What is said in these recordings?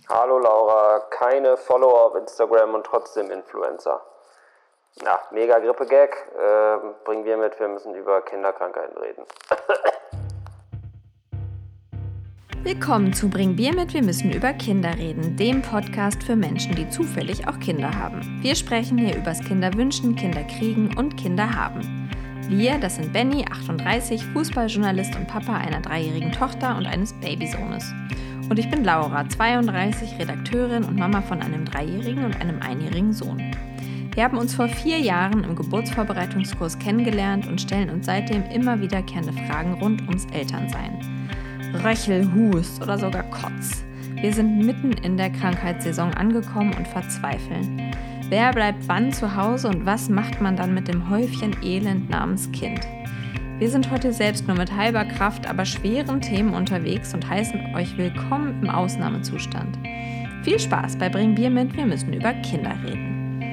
Hallo Laura, keine Follower auf Instagram und trotzdem Influencer. Ja, mega Grippe-Gag. Bringen wir mit, wir müssen über Kinderkrankheiten reden. Willkommen zu Bring Bier mit, wir müssen über Kinder reden, dem Podcast für Menschen, die zufällig auch Kinder haben. Wir sprechen hier übers Kinderwünschen, Kinderkriegen und Kinderhaben. Wir, das sind Benny, 38, Fußballjournalist und Papa einer 3-jährigen Tochter und eines Babysohnes. Und ich bin Laura, 32, Redakteurin und Mama von einem 3-jährigen und einem 1-jährigen Sohn. Wir haben uns vor 4 Jahren im Geburtsvorbereitungskurs kennengelernt und stellen uns seitdem immer wiederkehrende Fragen rund ums Elternsein. Röchel, Hust oder sogar Kotz. Wir sind mitten in der Krankheitssaison angekommen und verzweifeln. Wer bleibt wann zu Hause und was macht man dann mit dem Häufchen Elend namens Kind? Wir sind heute selbst nur mit halber Kraft, aber schweren Themen unterwegs und heißen euch willkommen im Ausnahmezustand. Viel Spaß bei Bring Bier mit, wir müssen über Kinder reden.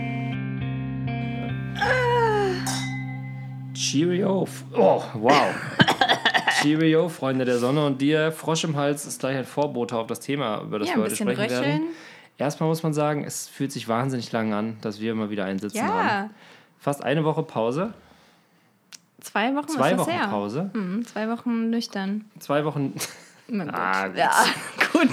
Cheerio. Oh, wow. Cheerio, Freunde der Sonne und dir. Frosch im Hals ist gleich ein Vorbote auf das Thema, über das wir heute sprechen röcheln. werden. Erstmal muss man sagen, es fühlt sich wahnsinnig lang an, dass wir immer wieder einsitzen haben. Fast eine Woche Pause. 2 Wochen 2 Wochen her. Pause. 2 Wochen nüchtern. 2 Wochen... Gut. gut. Ja, gut.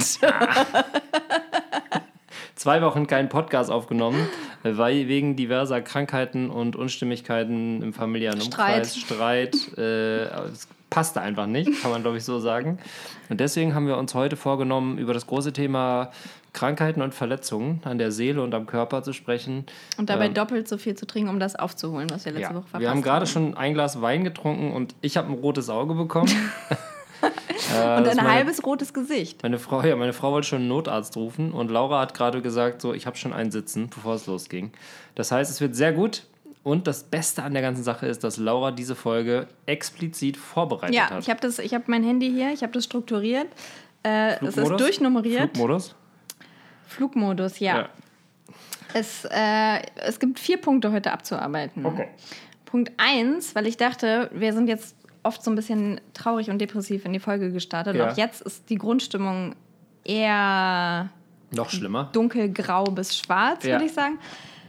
2 Wochen keinen Podcast aufgenommen, weil wegen diverser Krankheiten und Unstimmigkeiten im familiären Umkreis, Streit, es passte einfach nicht, kann man glaube ich so sagen. Und deswegen haben wir uns heute vorgenommen, über das große Thema Krankheiten und Verletzungen an der Seele und am Körper zu sprechen. Und dabei doppelt so viel zu trinken, um das aufzuholen, was wir letzte Woche verpasst haben. Wir haben gerade schon ein Glas Wein getrunken und ich habe ein rotes Auge bekommen. Und ein halbes rotes Gesicht. Meine Frau wollte schon einen Notarzt rufen und Laura hat gerade gesagt, so, ich habe schon einen sitzen, bevor es losging. Das heißt, es wird sehr gut und das Beste an der ganzen Sache ist, dass Laura diese Folge explizit vorbereitet hat. Ja, ich habe mein Handy hier, ich habe das strukturiert. Es ist durchnummeriert. Flugmodus, ja. Es gibt 4 Punkte heute abzuarbeiten. Okay. Punkt 1, weil ich dachte, wir sind jetzt oft so ein bisschen traurig und depressiv in die Folge gestartet. Ja. Auch jetzt ist die Grundstimmung eher noch schlimmer. Dunkelgrau bis schwarz, würde ich sagen.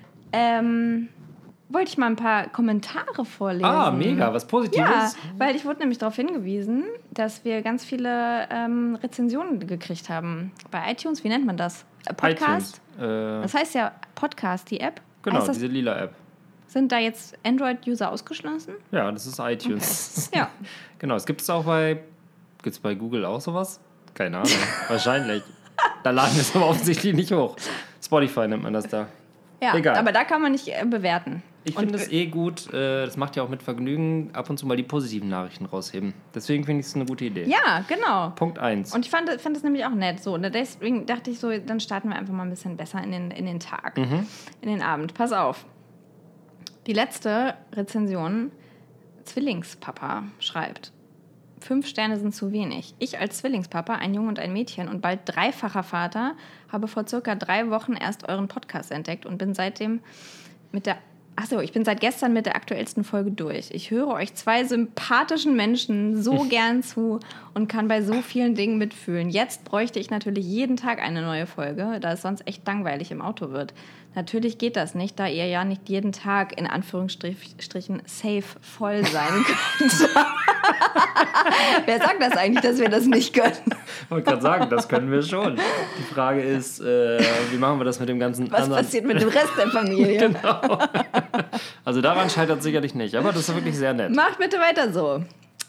Wollte ich mal ein paar Kommentare vorlesen. Ah, mega, was Positives. Ja, weil ich wurde nämlich darauf hingewiesen, dass wir ganz viele Rezensionen gekriegt haben. Bei iTunes, wie nennt man das? Podcast? Das heißt ja Podcast, die App. Genau, diese lila App. Sind da jetzt Android-User ausgeschlossen? Ja, das ist iTunes. Okay. Ja. Genau, es gibt es auch gibt's bei Google auch sowas? Keine Ahnung, wahrscheinlich. Da laden wir es aber offensichtlich nicht hoch. Spotify nennt man das da. Ja, egal. Aber da kann man nicht bewerten. Ich finde das gut, das macht ja auch mit Vergnügen, ab und zu mal die positiven Nachrichten rausheben. Deswegen finde ich es eine gute Idee. Ja, genau. Punkt 1. Und ich fand das nämlich auch nett. So, deswegen dachte ich so, dann starten wir einfach mal ein bisschen besser in den Tag, in den Abend. Pass auf. Die letzte Rezension, Zwillingspapa schreibt: 5 Sterne sind zu wenig. Ich als Zwillingspapa, ein Junge und ein Mädchen und bald 3-facher Vater, habe vor circa 3 Wochen erst euren Podcast entdeckt und bin seitdem ich bin seit gestern mit der aktuellsten Folge durch. Ich höre euch 2 sympathischen Menschen so gern zu und kann bei so vielen Dingen mitfühlen. Jetzt bräuchte ich natürlich jeden Tag eine neue Folge, da es sonst echt langweilig im Auto wird. Natürlich geht das nicht, da ihr ja nicht jeden Tag in Anführungsstrichen safe voll sein könnt. Wer sagt das eigentlich, dass wir das nicht können? Ich wollte gerade sagen, das können wir schon. Die Frage ist, wie machen wir das mit dem ganzen Was passiert mit dem Rest der Familie? Genau. Also daran scheitert es sicherlich nicht, aber das ist wirklich sehr nett. Macht bitte weiter so.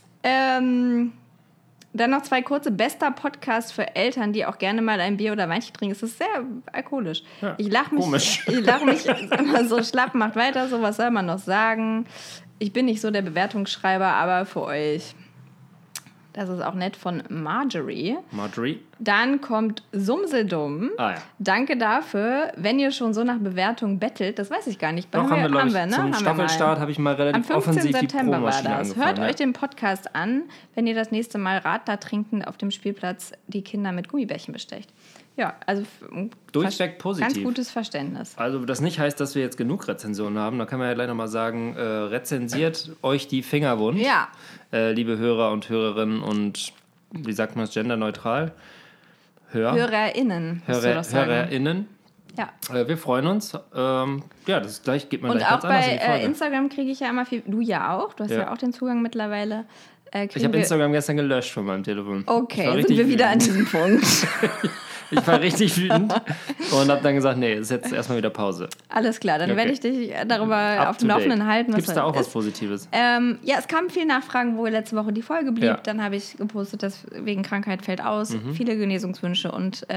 Dann noch 2 kurze. Bester Podcast für Eltern, die auch gerne mal ein Bier oder Weinchen trinken. Es ist sehr alkoholisch. Ja, ich lache mich immer so schlapp. Macht weiter so. Was soll man noch sagen? Ich bin nicht so der Bewertungsschreiber, aber für euch. Das ist auch nett von Marjorie. Dann kommt Sumsedumm. Ah, ja. Danke dafür. Wenn ihr schon so nach Bewertung bettelt, das weiß ich gar nicht. Doch, haben wir, ne? Zum Staffelstart habe ich mal relativ offensiv die Promomaschine angefangen. Hört euch den Podcast an, wenn ihr das nächste Mal Radler trinkend auf dem Spielplatz die Kinder mit Gummibärchen bestecht. Ja, also durchweg positiv. Ganz gutes Verständnis. Also das nicht heißt, dass wir jetzt genug Rezensionen haben. Da kann man ja gleich nochmal sagen, rezensiert euch die Finger wund. Ja. Liebe Hörer und Hörerinnen und, wie sagt man es, genderneutral. HörerInnen. HörerInnen. Ja. Wir freuen uns. Das gleich geht man und gleich ganz anders in die Und auch Folge. bei Instagram kriege ich ja immer viel. Du ja auch. Du hast ja auch den Zugang mittlerweile. Ich habe Instagram gestern gelöscht von meinem Telefon. Okay, sind wir wieder an diesem Punkt. Ich war richtig wütend und habe dann gesagt, nee, ist jetzt erstmal wieder Pause. Alles klar, dann werde ich dich darüber auf dem Laufenden halten. Gibt es da auch was Positives? Es kamen viele Nachfragen, wo letzte Woche die Folge blieb. Ja. Dann habe ich gepostet, dass wegen Krankheit fällt aus. Viele Genesungswünsche und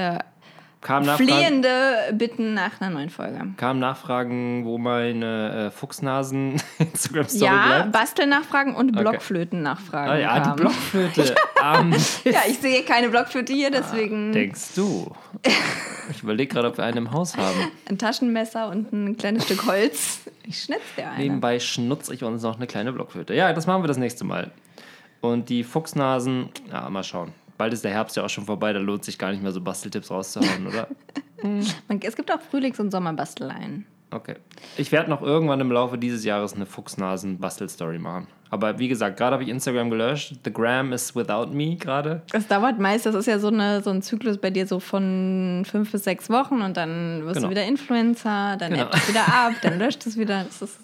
flehende Bitten nach einer neuen Folge. Kamen Nachfragen, wo meine Fuchsnasen-Instagram-Story bleibt? Ja, Bastelnachfragen und Blockflöten-Nachfragen kamen. Die Blockflöte. Ja, ich sehe keine Blockflöte hier, deswegen... Denkst du? Ich überlege gerade, ob wir einen im Haus haben. Ein Taschenmesser und ein kleines Stück Holz. Ich schnitze dir eine. Nebenbei schnutze ich uns noch eine kleine Blockflöte. Ja, das machen wir das nächste Mal. Und die Fuchsnasen, mal schauen. Bald ist der Herbst ja auch schon vorbei, da lohnt sich gar nicht mehr so Basteltipps rauszuhauen, oder? Es gibt auch Frühlings- und Sommerbasteleien. Okay. Ich werde noch irgendwann im Laufe dieses Jahres eine Fuchsnasen-Bastel-Story machen. Aber wie gesagt, gerade habe ich Instagram gelöscht. The Gram is without me gerade. Es dauert meist, das ist ja so ein Zyklus bei dir so von 5 bis 6 Wochen und dann wirst du wieder Influencer, dann ebbt es wieder ab, dann löscht es wieder.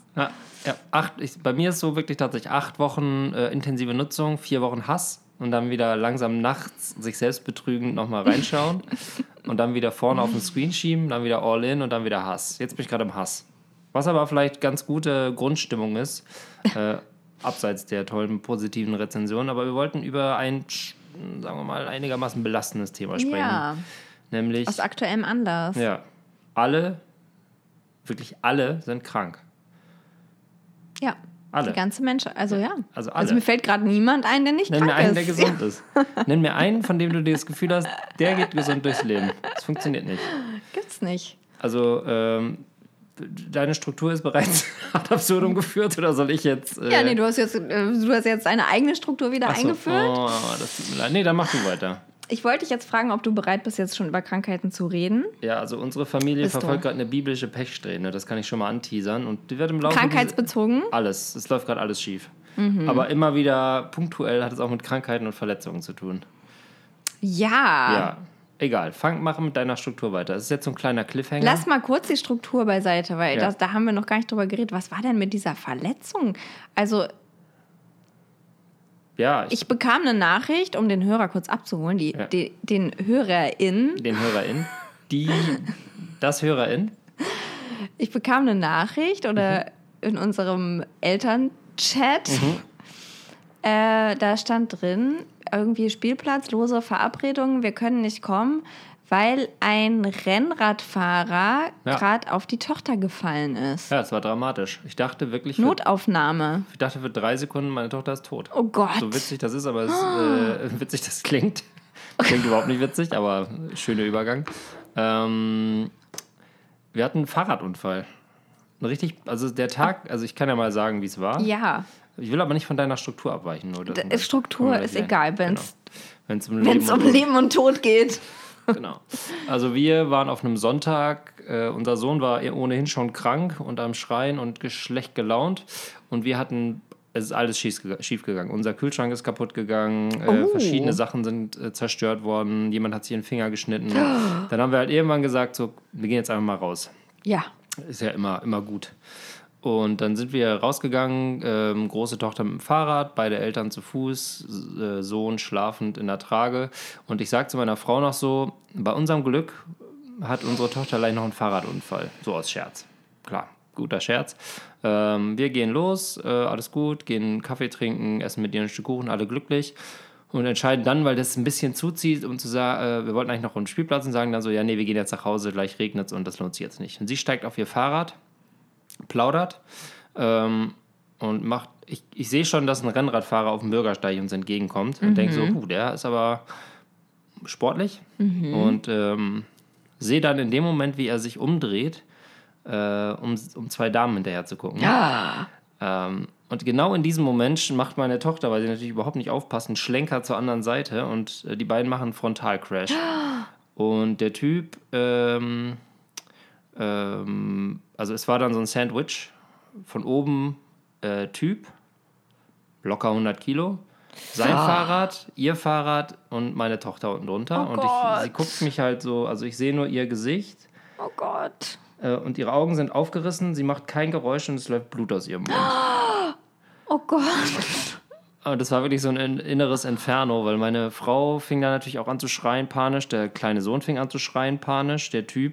Bei mir ist so wirklich tatsächlich 8 Wochen intensive Nutzung, 4 Wochen Hass. Und dann wieder langsam nachts sich selbst betrügend nochmal reinschauen. Und dann wieder vorne auf den Screen schieben, dann wieder all in und dann wieder Hass. Jetzt bin ich gerade im Hass. Was aber vielleicht ganz gute Grundstimmung ist, abseits der tollen positiven Rezensionen. Aber wir wollten über ein, sagen wir mal, einigermaßen belastendes Thema sprechen. Ja, nämlich... Aus aktuellem Anlass. Ja, wirklich alle sind krank. Ja. Alle. Die ganze Menschheit, also ja. Also alle. Also mir fällt gerade niemand ein, der nicht krank ist. Nenn mir einen, der gesund ist. Nenn mir einen, von dem du dir das Gefühl hast, der geht gesund durchs Leben. Das funktioniert nicht. Gibt's nicht. Also, deine Struktur ist bereits ad absurdum geführt, oder soll ich jetzt... du hast jetzt eine eigene Struktur wieder eingeführt. Oh, das tut mir leid. Nee, dann mach du weiter. Ich wollte dich jetzt fragen, ob du bereit bist, jetzt schon über Krankheiten zu reden. Ja, also unsere Familie verfolgt gerade eine biblische Pechsträhne. Das kann ich schon mal anteasern. Und die wird im Laufe krankheitsbezogen? Alles. Es läuft gerade alles schief. Aber immer wieder punktuell hat es auch mit Krankheiten und Verletzungen zu tun. Ja. Egal. Mach mit deiner Struktur weiter. Das ist jetzt so ein kleiner Cliffhanger. Lass mal kurz die Struktur beiseite, weil da haben wir noch gar nicht drüber geredet. Was war denn mit dieser Verletzung? Also... Ja, ich bekam eine Nachricht, um den Hörer kurz abzuholen, den HörerIn. Den HörerIn? Das HörerIn? Ich bekam eine Nachricht in unserem Elternchat. Da stand drin, irgendwie Spielplatz, lose Verabredungen, wir können nicht kommen, weil ein Rennradfahrer gerade auf die Tochter gefallen ist. Ja, es war dramatisch. Ich dachte wirklich... Notaufnahme. Ich dachte für 3 Sekunden, meine Tochter ist tot. Oh Gott. So witzig das ist, aber witzig das klingt. Klingt überhaupt nicht witzig, aber schöner Übergang. Wir hatten einen Fahrradunfall. Also der Tag, also ich kann ja mal sagen, wie es war. Ja. Ich will aber nicht von deiner Struktur abweichen. Struktur ist egal, wenn es um Leben und Tod geht. Genau. Also wir waren auf einem Sonntag, unser Sohn war ohnehin schon krank und am Schreien und schlecht gelaunt und es ist alles schief gegangen. Unser Kühlschrank ist kaputt gegangen, verschiedene Sachen sind zerstört worden, jemand hat sich den Finger geschnitten. Dann haben wir halt irgendwann gesagt, so, wir gehen jetzt einfach mal raus. Ja. Ist ja immer gut. Und dann sind wir rausgegangen, große Tochter mit dem Fahrrad, beide Eltern zu Fuß, Sohn schlafend in der Trage. Und ich sage zu meiner Frau noch so, bei unserem Glück hat unsere Tochter gleich noch einen Fahrradunfall. So aus Scherz. Klar, guter Scherz. Wir gehen los, alles gut, gehen Kaffee trinken, essen mit ihr ein Stück Kuchen, alle glücklich. Und entscheiden dann, weil das ein bisschen zuzieht, um zu sagen, wir wollten eigentlich noch auf den Spielplatz und sagen dann so, ja nee, wir gehen jetzt nach Hause, gleich regnet es und das lohnt sich jetzt nicht. Und sie steigt auf ihr Fahrrad, plaudert und macht, ich sehe schon, dass ein Rennradfahrer auf dem Bürgersteig uns entgegenkommt und denke so, der ist aber sportlich und sehe dann in dem Moment, wie er sich umdreht, um 2 Damen hinterher zu gucken. Ja. Und genau in diesem Moment macht meine Tochter, weil sie natürlich überhaupt nicht aufpasst, einen Schlenker zur anderen Seite und die beiden machen einen Frontalcrash. Und der Typ, also es war dann so ein Sandwich, von oben Typ, locker 100 Kilo, Sein Fahrrad, ihr Fahrrad und meine Tochter unten drunter. Und sie guckt mich halt so, also ich sehe nur ihr Gesicht. Oh Gott. Und ihre Augen sind aufgerissen, sie macht kein Geräusch und es läuft Blut aus ihrem Mund. Oh Gott. Und das war wirklich so ein inneres Inferno, weil meine Frau fing dann natürlich auch an zu schreien, panisch. Der kleine Sohn fing an zu schreien, panisch. Der Typ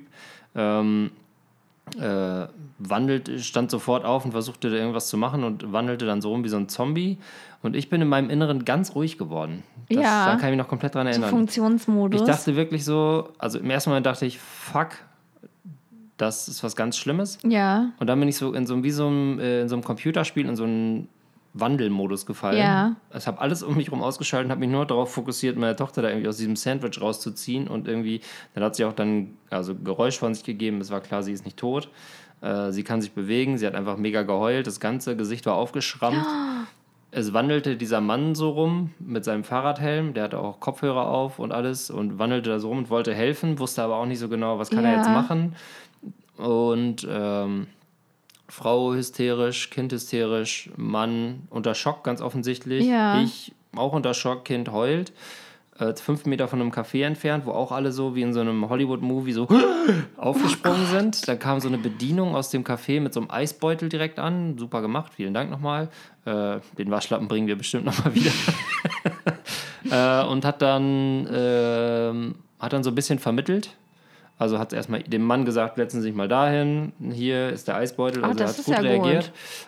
stand sofort auf und versuchte irgendwas zu machen und wandelte dann so rum wie so ein Zombie. Und ich bin in meinem Inneren ganz ruhig geworden. Da kann ich mich noch komplett dran erinnern. So Funktionsmodus. Ich dachte wirklich so, also im ersten Moment dachte ich, fuck, das ist was ganz Schlimmes. Ja. Und dann bin ich so in so einem Computerspiel in so einen Wandelmodus gefallen. Ja. Ich habe alles um mich herum ausgeschaltet und habe mich nur darauf fokussiert, meine Tochter da irgendwie aus diesem Sandwich rauszuziehen. Und irgendwie, dann hat sie auch dann Geräusch von sich gegeben. Es war klar, sie ist nicht tot. Sie kann sich bewegen. Sie hat einfach mega geheult. Das ganze Gesicht war aufgeschrammt. Es wandelte dieser Mann so rum mit seinem Fahrradhelm. Der hatte auch Kopfhörer auf und alles und wandelte da so rum und wollte helfen, wusste aber auch nicht so genau, was kann er jetzt machen. Und Frau hysterisch, Kind hysterisch, Mann unter Schock ganz offensichtlich. Ja. Ich auch unter Schock, Kind heult. 5 Meter von einem Café entfernt, wo auch alle so wie in so einem Hollywood-Movie so aufgesprungen sind. Da kam so eine Bedienung aus dem Café mit so einem Eisbeutel direkt an. Super gemacht, vielen Dank nochmal. Den Waschlappen bringen wir bestimmt nochmal wieder. Und hat dann so ein bisschen vermittelt. Also hat erstmal dem Mann gesagt, setzen Sie sich mal dahin, hier ist der Eisbeutel, also er hat gut reagiert.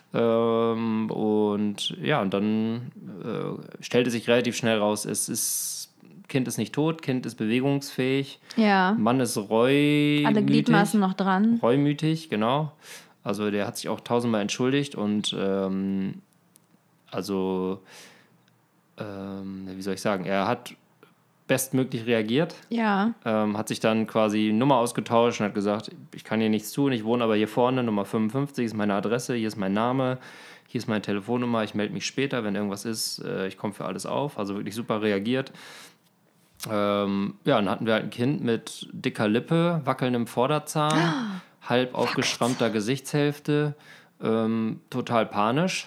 Und dann stellte sich relativ schnell raus, Kind ist nicht tot, Kind ist bewegungsfähig, Mann ist reumütig. Alle Gliedmaßen noch dran. Reumütig, genau. Also der hat sich auch 1000-mal entschuldigt und wie soll ich sagen, er hat bestmöglich reagiert. Ja. Hat sich dann quasi Nummer ausgetauscht und hat gesagt, ich kann hier nichts tun, ich wohne aber hier vorne, Nummer 55 ist meine Adresse, hier ist mein Name, hier ist meine Telefonnummer, ich melde mich später, wenn irgendwas ist, ich komme für alles auf. Also wirklich super reagiert. Dann hatten wir halt ein Kind mit dicker Lippe, wackelndem Vorderzahn, halb aufgeschrammter Gesichtshälfte, total panisch.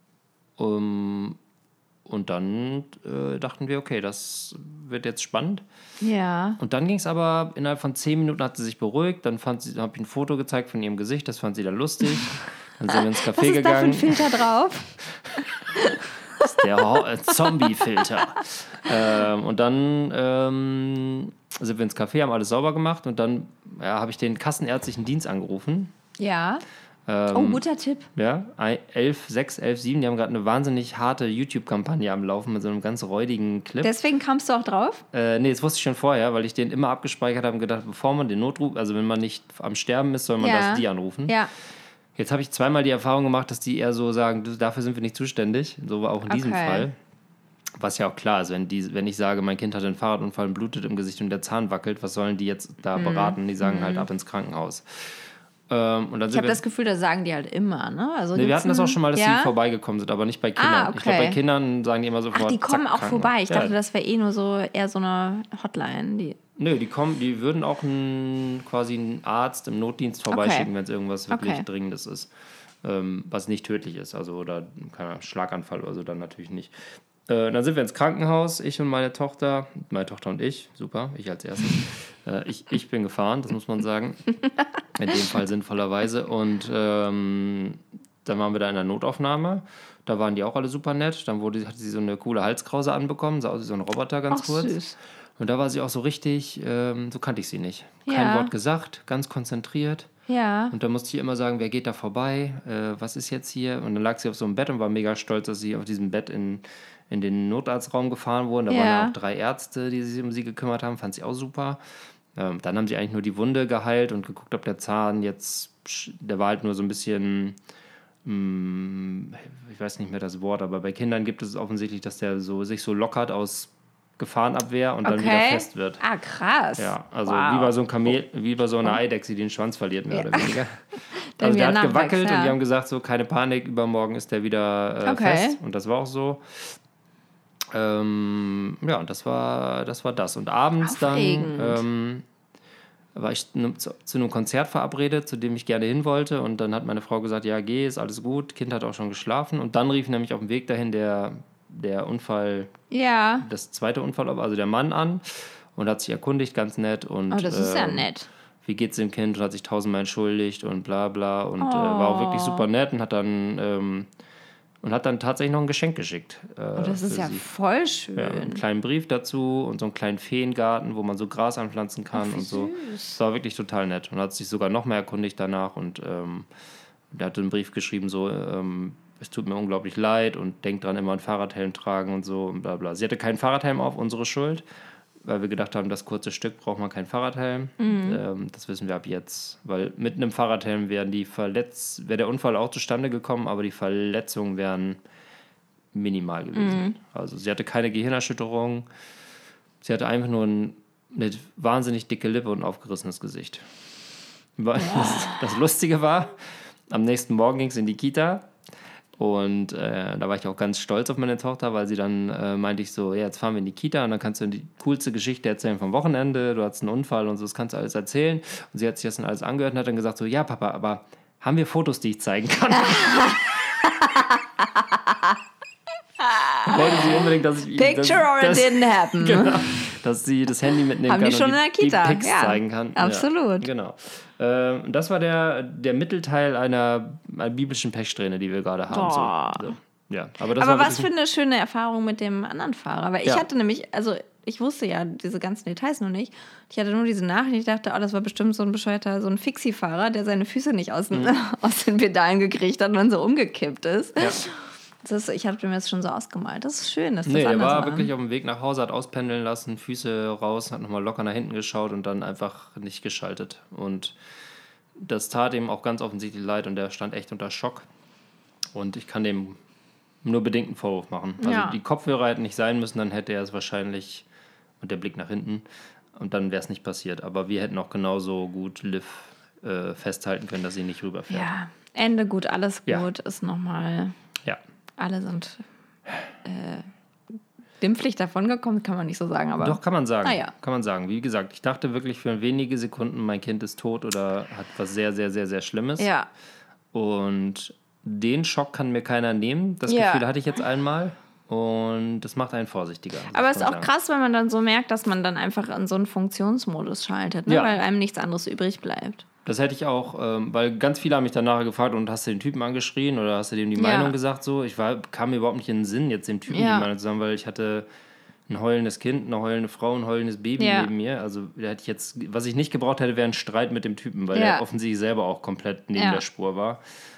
Und dann dachten wir, okay, das wird jetzt spannend. Ja. Und dann ging es aber, innerhalb von 10 Minuten hat sie sich beruhigt. Dann habe ich ein Foto gezeigt von ihrem Gesicht, das fand sie dann lustig. Dann sind wir ins Café gegangen. Was ist da für ein Filter drauf? Das ist der Zombie-Filter. Und dann sind wir ins Café, haben alles sauber gemacht. Und dann habe ich den kassenärztlichen Dienst angerufen. Ja. Guter Tipp. Ja, 11.7, die haben gerade eine wahnsinnig harte YouTube-Kampagne am Laufen mit so einem ganz räudigen Clip. Deswegen kamst du auch drauf? Nee, das wusste ich schon vorher, weil ich den immer abgespeichert habe und gedacht, bevor man den Notruf, also wenn man nicht am Sterben ist, soll man die anrufen. Ja. Jetzt habe ich zweimal die Erfahrung gemacht, dass die eher so sagen, dafür sind wir nicht zuständig. So war auch in diesem Fall. Was ja auch klar ist, wenn ich sage, mein Kind hat einen Fahrradunfall und blutet im Gesicht und der Zahn wackelt, was sollen die jetzt da beraten? Die sagen halt ab ins Krankenhaus. Und dann ich habe das Gefühl, das sagen die halt immer, ne? Also wir hatten das auch schon mal, dass die vorbeigekommen sind, aber nicht bei Kindern. Okay. Ich glaube, bei Kindern sagen die immer sofort. Ach, die kommen auch vorbei. Ich dachte, das wäre eher so eine Hotline. Nö, die würden auch quasi einen Arzt im Notdienst vorbeischicken, wenn es irgendwas wirklich Dringendes ist, was nicht tödlich ist, also oder kein Schlaganfall oder so, dann natürlich nicht. Dann sind wir ins Krankenhaus, ich und meine Tochter und ich, super, ich als erstes. Ich bin gefahren, das muss man sagen, in dem Fall sinnvollerweise. Und dann waren wir da in der Notaufnahme, da waren die auch alle super nett. Dann hatte sie so eine coole Halskrause anbekommen, sah aus wie so ein Roboter ganz kurz. Süß. Und da war sie auch so richtig, so kannte ich sie nicht. Kein Wort gesagt, ganz konzentriert. Ja. Und da musste ich immer sagen, wer geht da vorbei, was ist jetzt hier? Und dann lag sie auf so einem Bett und war mega stolz, dass sie auf diesem Bett in den Notarztraum gefahren wurden. Da waren auch 3 Ärzte, die sich um sie gekümmert haben, fand sie auch super. Dann haben sie eigentlich nur die Wunde geheilt und geguckt, ob der Zahn jetzt, der war halt nur so ein bisschen, ich weiß nicht mehr das Wort, aber bei Kindern gibt es offensichtlich, dass der sich so lockert aus Gefahrenabwehr und dann wieder fest wird. Ah, krass. Ja, also wie bei so einer Eidechse, die den Schwanz verliert, mehr oder weniger. Also der hat gewackelt und die haben gesagt, so keine Panik, übermorgen ist der wieder fest. Und das war auch so. Und das war das. Und abends dann war ich zu einem Konzert verabredet, zu dem ich gerne hin wollte. Und dann hat meine Frau gesagt, ja, geh, ist alles gut. Kind hat auch schon geschlafen. Und dann rief nämlich auf dem Weg dahin der der Unfall, Ja. das zweite Unfall, also der Mann an und hat sich erkundigt, ganz nett. Und, Oh, das ist ja nett. Wie geht's dem Kind und hat sich 1000-mal entschuldigt und bla bla und war auch wirklich super nett und hat dann tatsächlich noch ein Geschenk geschickt. Das ist ja voll schön. Ja, einen kleinen Brief dazu und so einen kleinen Feengarten, wo man so Gras anpflanzen kann und so. Das war wirklich total nett und hat sich sogar noch mehr erkundigt danach und der hatte einen Brief geschrieben, so, es tut mir unglaublich leid und denkt dran, immer einen Fahrradhelm tragen und so und bla bla. Sie hatte keinen Fahrradhelm auf, unsere Schuld, weil wir gedacht haben, das kurze Stück braucht man keinen Fahrradhelm. Das wissen wir ab jetzt, weil mit einem Fahrradhelm wäre der Unfall auch zustande gekommen, aber die Verletzungen wären minimal gewesen. Also sie hatte keine Gehirnerschütterung, sie hatte einfach nur eine wahnsinnig dicke Lippe und ein aufgerissenes Gesicht. Das Lustige war, am nächsten Morgen ging es in die Kita und da war ich auch ganz stolz auf meine Tochter, weil sie dann meinte ich so, ja, jetzt fahren wir in die Kita und dann kannst du die coolste Geschichte erzählen vom Wochenende, du hattest einen Unfall und so, das kannst du alles erzählen. Und sie hat sich das dann alles angehört und hat dann gesagt so, ja Papa, aber haben wir Fotos, die ich zeigen kann? Wollte sie unbedingt, dass ich Picture or it didn't happen. Genau, dass sie das Handy mitnehmen Haben kann die schon und in der Kita. die Pics zeigen kann. Absolut. Ja, genau. Das war der Mittelteil einer biblischen Pechsträhne, die wir gerade haben. So. Ja, aber was für eine schöne Erfahrung mit dem anderen Fahrer. Weil ich hatte nämlich, also ich wusste ja diese ganzen Details noch nicht. Ich hatte nur diese Nachricht, ich dachte, das war bestimmt so ein bescheuerter, so ein Fixie-Fahrer, der seine Füße nicht aus den Pedalen gekriegt hat und dann so umgekippt ist. Ja. Ich habe mir das schon so ausgemalt. Das ist schön, dass das anders war. Der war wirklich auf dem Weg nach Hause, hat auspendeln lassen, Füße raus, hat nochmal locker nach hinten geschaut und dann einfach nicht geschaltet. Und das tat ihm auch ganz offensichtlich leid und der stand echt unter Schock. Und ich kann dem nur bedingt einen Vorwurf machen. Also die Kopfhörer hätten nicht sein müssen, dann hätte er es wahrscheinlich, und der Blick nach hinten, und dann wäre es nicht passiert. Aber wir hätten auch genauso gut Liv festhalten können, dass sie nicht rüberfährt. Ja, Ende gut, alles gut, ist nochmal... Ja. Alle sind glimpflich davongekommen, kann man nicht so sagen. Aber doch, kann man sagen. Ja. Kann man sagen. Wie gesagt, ich dachte wirklich für wenige Sekunden, mein Kind ist tot oder hat was sehr, sehr, sehr, sehr Schlimmes. Ja. Und den Schock kann mir keiner nehmen. Das Gefühl hatte ich jetzt einmal. Und das macht einen vorsichtiger. Aber es ist auch krass, wenn man dann so merkt, dass man dann einfach in so einen Funktionsmodus schaltet, ne? Weil einem nichts anderes übrig bleibt. Das hätte ich auch, weil ganz viele haben mich dann nachher gefragt, und hast du den Typen angeschrien oder hast du dem die Meinung gesagt? So, kam mir überhaupt nicht in den Sinn, jetzt dem Typen die Meinung zu sagen, weil ich hatte ein heulendes Kind, eine heulende Frau, ein heulendes Baby neben mir. Also da hätte ich jetzt, was ich nicht gebraucht hätte, wäre ein Streit mit dem Typen, weil er offensichtlich selber auch komplett neben der Spur war.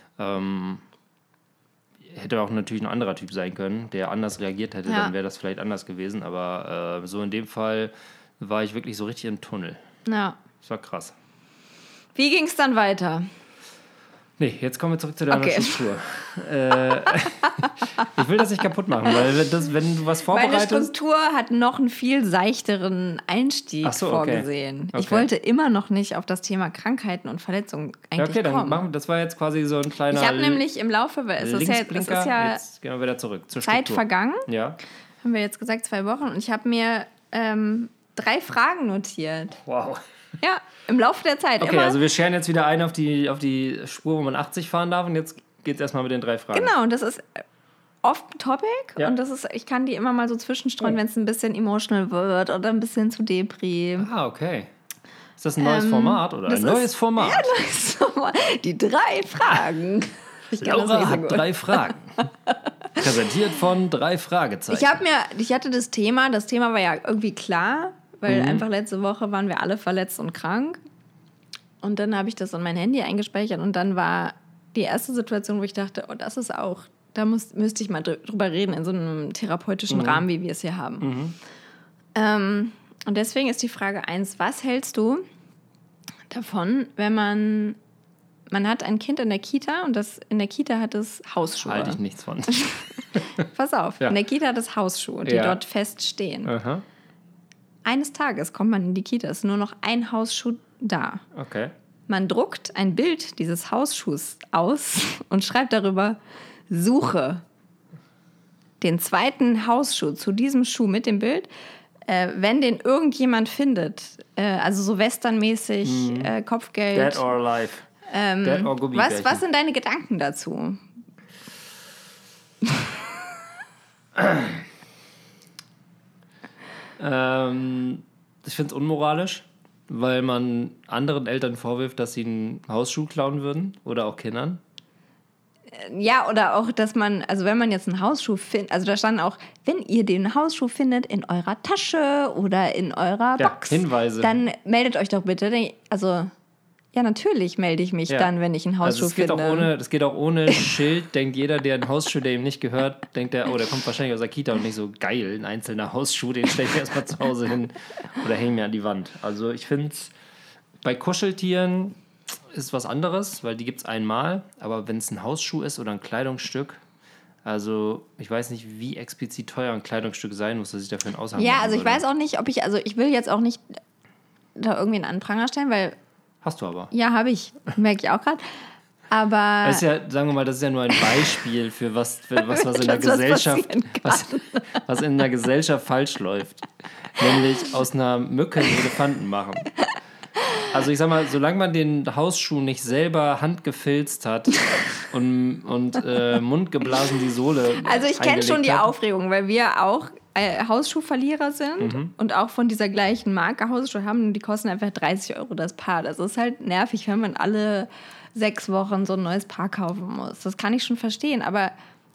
Hätte auch natürlich ein anderer Typ sein können, der anders reagiert hätte, dann wäre das vielleicht anders gewesen. Aber so in dem Fall war ich wirklich so richtig im Tunnel. Ja. Das war krass. Wie ging es dann weiter? Nee, jetzt kommen wir zurück zu deiner Struktur. Ich will das nicht kaputt machen, weil wenn du was vorbereitest... Meine Struktur hat noch einen viel seichteren Einstieg vorgesehen. Okay. Ich wollte immer noch nicht auf das Thema Krankheiten und Verletzungen eigentlich kommen. Dann das war jetzt quasi so ein kleiner... Ich habe nämlich im Laufe... Es ist ja jetzt gehen wir wieder zurück zur Zeit Struktur. Vergangen. Ja. Haben wir jetzt gesagt, 2 Wochen. Und ich habe mir 3 Fragen notiert. Wow. Ja, im Laufe der Zeit. Okay, also wir scheren jetzt wieder ein auf die Spur, wo man 80 fahren darf, und jetzt geht es erstmal mit den 3 Fragen. Genau, und das ist off-topic und ich kann die immer mal so zwischenstreuen, wenn es ein bisschen emotional wird oder ein bisschen zu Depri. Ah, okay. Ist das ein neues Format oder ein neues Format? Ja, neues Format. Die 3 Fragen. Laura hat 3 Fragen. Präsentiert von 3 Fragezeichen. Ich hatte das Thema war ja irgendwie klar, weil einfach letzte Woche waren wir alle verletzt und krank. Und dann habe ich das in mein Handy eingespeichert und dann war die erste Situation, wo ich dachte, das ist auch, da müsste ich mal drüber reden in so einem therapeutischen Rahmen, wie wir es hier haben. Und deswegen ist die Frage 1, was hältst du davon, wenn man hat ein Kind in der Kita und in der Kita hat es Hausschuhe. Halte ich nichts von. Pass auf, in der Kita hat es Hausschuhe, die dort feststehen. Aha. Eines Tages kommt man in die Kita, ist nur noch ein Hausschuh da. Okay. Man druckt ein Bild dieses Hausschuhs aus und schreibt darüber, suche den 2. Hausschuh zu diesem Schuh mit dem Bild, wenn den irgendjemand findet, also so westernmäßig, Kopfgeld. Dead or alive. Dead or Gummibärchen. Was sind deine Gedanken dazu? Ich finde es unmoralisch, weil man anderen Eltern vorwirft, dass sie einen Hausschuh klauen würden oder auch Kindern. Ja, oder auch, dass man, also wenn man jetzt einen Hausschuh findet, also da stand auch, wenn ihr den Hausschuh findet in eurer Tasche oder in eurer Box, Hinweise. Dann meldet euch doch bitte. Also, ja, natürlich melde ich mich dann, wenn ich einen Hausschuh finde. Das geht auch ohne Schild, denkt jeder, der einen Hausschuh, der ihm nicht gehört, denkt der, der kommt wahrscheinlich aus der Kita und nicht so geil, ein einzelner Hausschuh, den stelle ich erstmal zu Hause hin oder hänge mir an die Wand. Also ich finde es, bei Kuscheltieren ist was anderes, weil die gibt es einmal, aber wenn es ein Hausschuh ist oder ein Kleidungsstück, also ich weiß nicht, wie explizit teuer ein Kleidungsstück sein muss, dass ich dafür einen Aushang Ja, also ich weiß auch nicht, ich will jetzt auch nicht da irgendwie einen Anpranger stellen, weil... Hast du aber. Ja, habe ich, merke ich auch gerade. Aber... Das ist ja, sagen wir mal, das ist ja nur ein Beispiel für was in der Gesellschaft, was in der Gesellschaft falsch läuft. Nämlich aus einer Mücke einen Elefanten machen. Also ich sag mal, solange man den Hausschuh nicht selber handgefilzt hat und mundgeblasen die Sohle Also ich kenne schon die Aufregung, weil wir auch Hausschuhverlierer sind und auch von dieser gleichen Marke Hausschuhe haben und die kosten einfach 30 € das Paar. Das ist halt nervig, wenn man alle 6 Wochen so ein neues Paar kaufen muss. Das kann ich schon verstehen, aber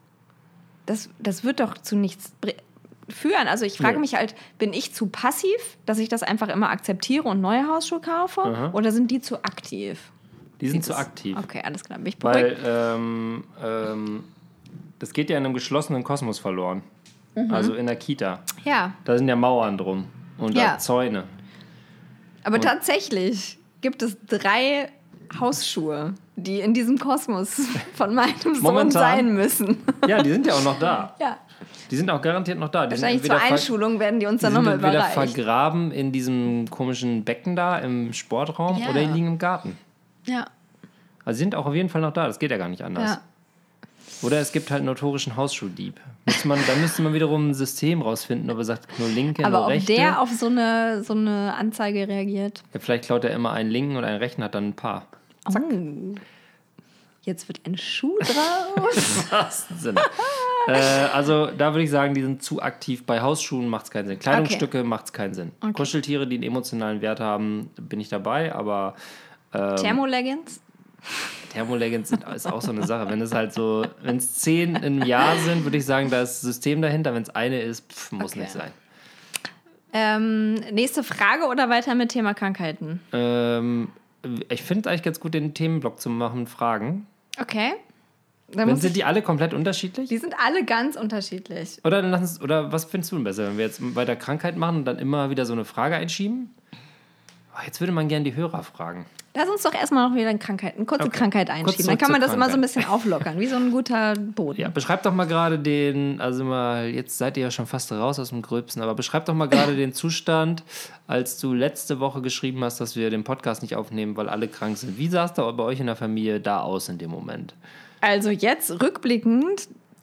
das wird doch zu nichts führen. Also ich frage mich halt, bin ich zu passiv, dass ich das einfach immer akzeptiere und neue Hausschuhe kaufe? Aha. Oder sind die zu aktiv? Die sind zu aktiv. Okay, alles klar, bin ich beruhigt. Weil das geht ja in einem geschlossenen Kosmos verloren. Also in der Kita. Ja. Da sind ja Mauern drum und da Zäune. Aber tatsächlich gibt es 3 Hausschuhe, die in diesem Kosmos von meinem Sohn sein müssen. Ja, die sind ja auch noch da. Ja. Die sind auch garantiert noch da. Die wahrscheinlich zur Einschulung werden die uns dann nochmal überreicht. Die sind entweder vergraben in diesem komischen Becken da im Sportraum oder die liegen im Garten. Ja. Also sie sind auch auf jeden Fall noch da. Das geht ja gar nicht anders. Ja. Oder es gibt halt einen notorischen Hausschuhdieb. Da müsste man wiederum ein System rausfinden, ob er sagt, nur linke, aber nur rechte. Aber ob der auf so eine Anzeige reagiert? Ja, vielleicht klaut er immer einen linken und einen rechten, hat dann ein Paar. Zack. Oh. Jetzt wird ein Schuh draus. Im wahrsten Sinne. Also da würde ich sagen, die sind zu aktiv. Bei Hausschuhen macht es keinen Sinn. Kleidungsstücke macht es keinen Sinn. Okay. Kuscheltiere, die einen emotionalen Wert haben, bin ich dabei, aber... Thermoleggings? Thermoleggings ist auch so eine Sache. Wenn es 10 im Jahr sind, würde ich sagen, da ist ein System dahinter. Wenn es eine ist, muss nicht sein. Nächste Frage oder weiter mit Thema Krankheiten? Ich finde es eigentlich ganz gut, den Themenblock zu machen, Fragen. Okay. Sind die alle komplett unterschiedlich? Die sind alle ganz unterschiedlich. Oder was findest du denn besser, wenn wir jetzt weiter Krankheit machen und dann immer wieder so eine Frage einschieben? Jetzt würde man gerne die Hörer fragen. Lass uns doch erstmal noch wieder eine kurze Krankheit einschieben. Dann kann man das immer so ein bisschen auflockern, wie so ein guter Boden. Ja, beschreib doch mal gerade jetzt seid ihr ja schon fast raus aus dem Gröbsten, aber beschreib doch mal gerade den Zustand, als du letzte Woche geschrieben hast, dass wir den Podcast nicht aufnehmen, weil alle krank sind. Wie sah es da bei euch in der Familie da aus in dem Moment? Also jetzt rückblickend,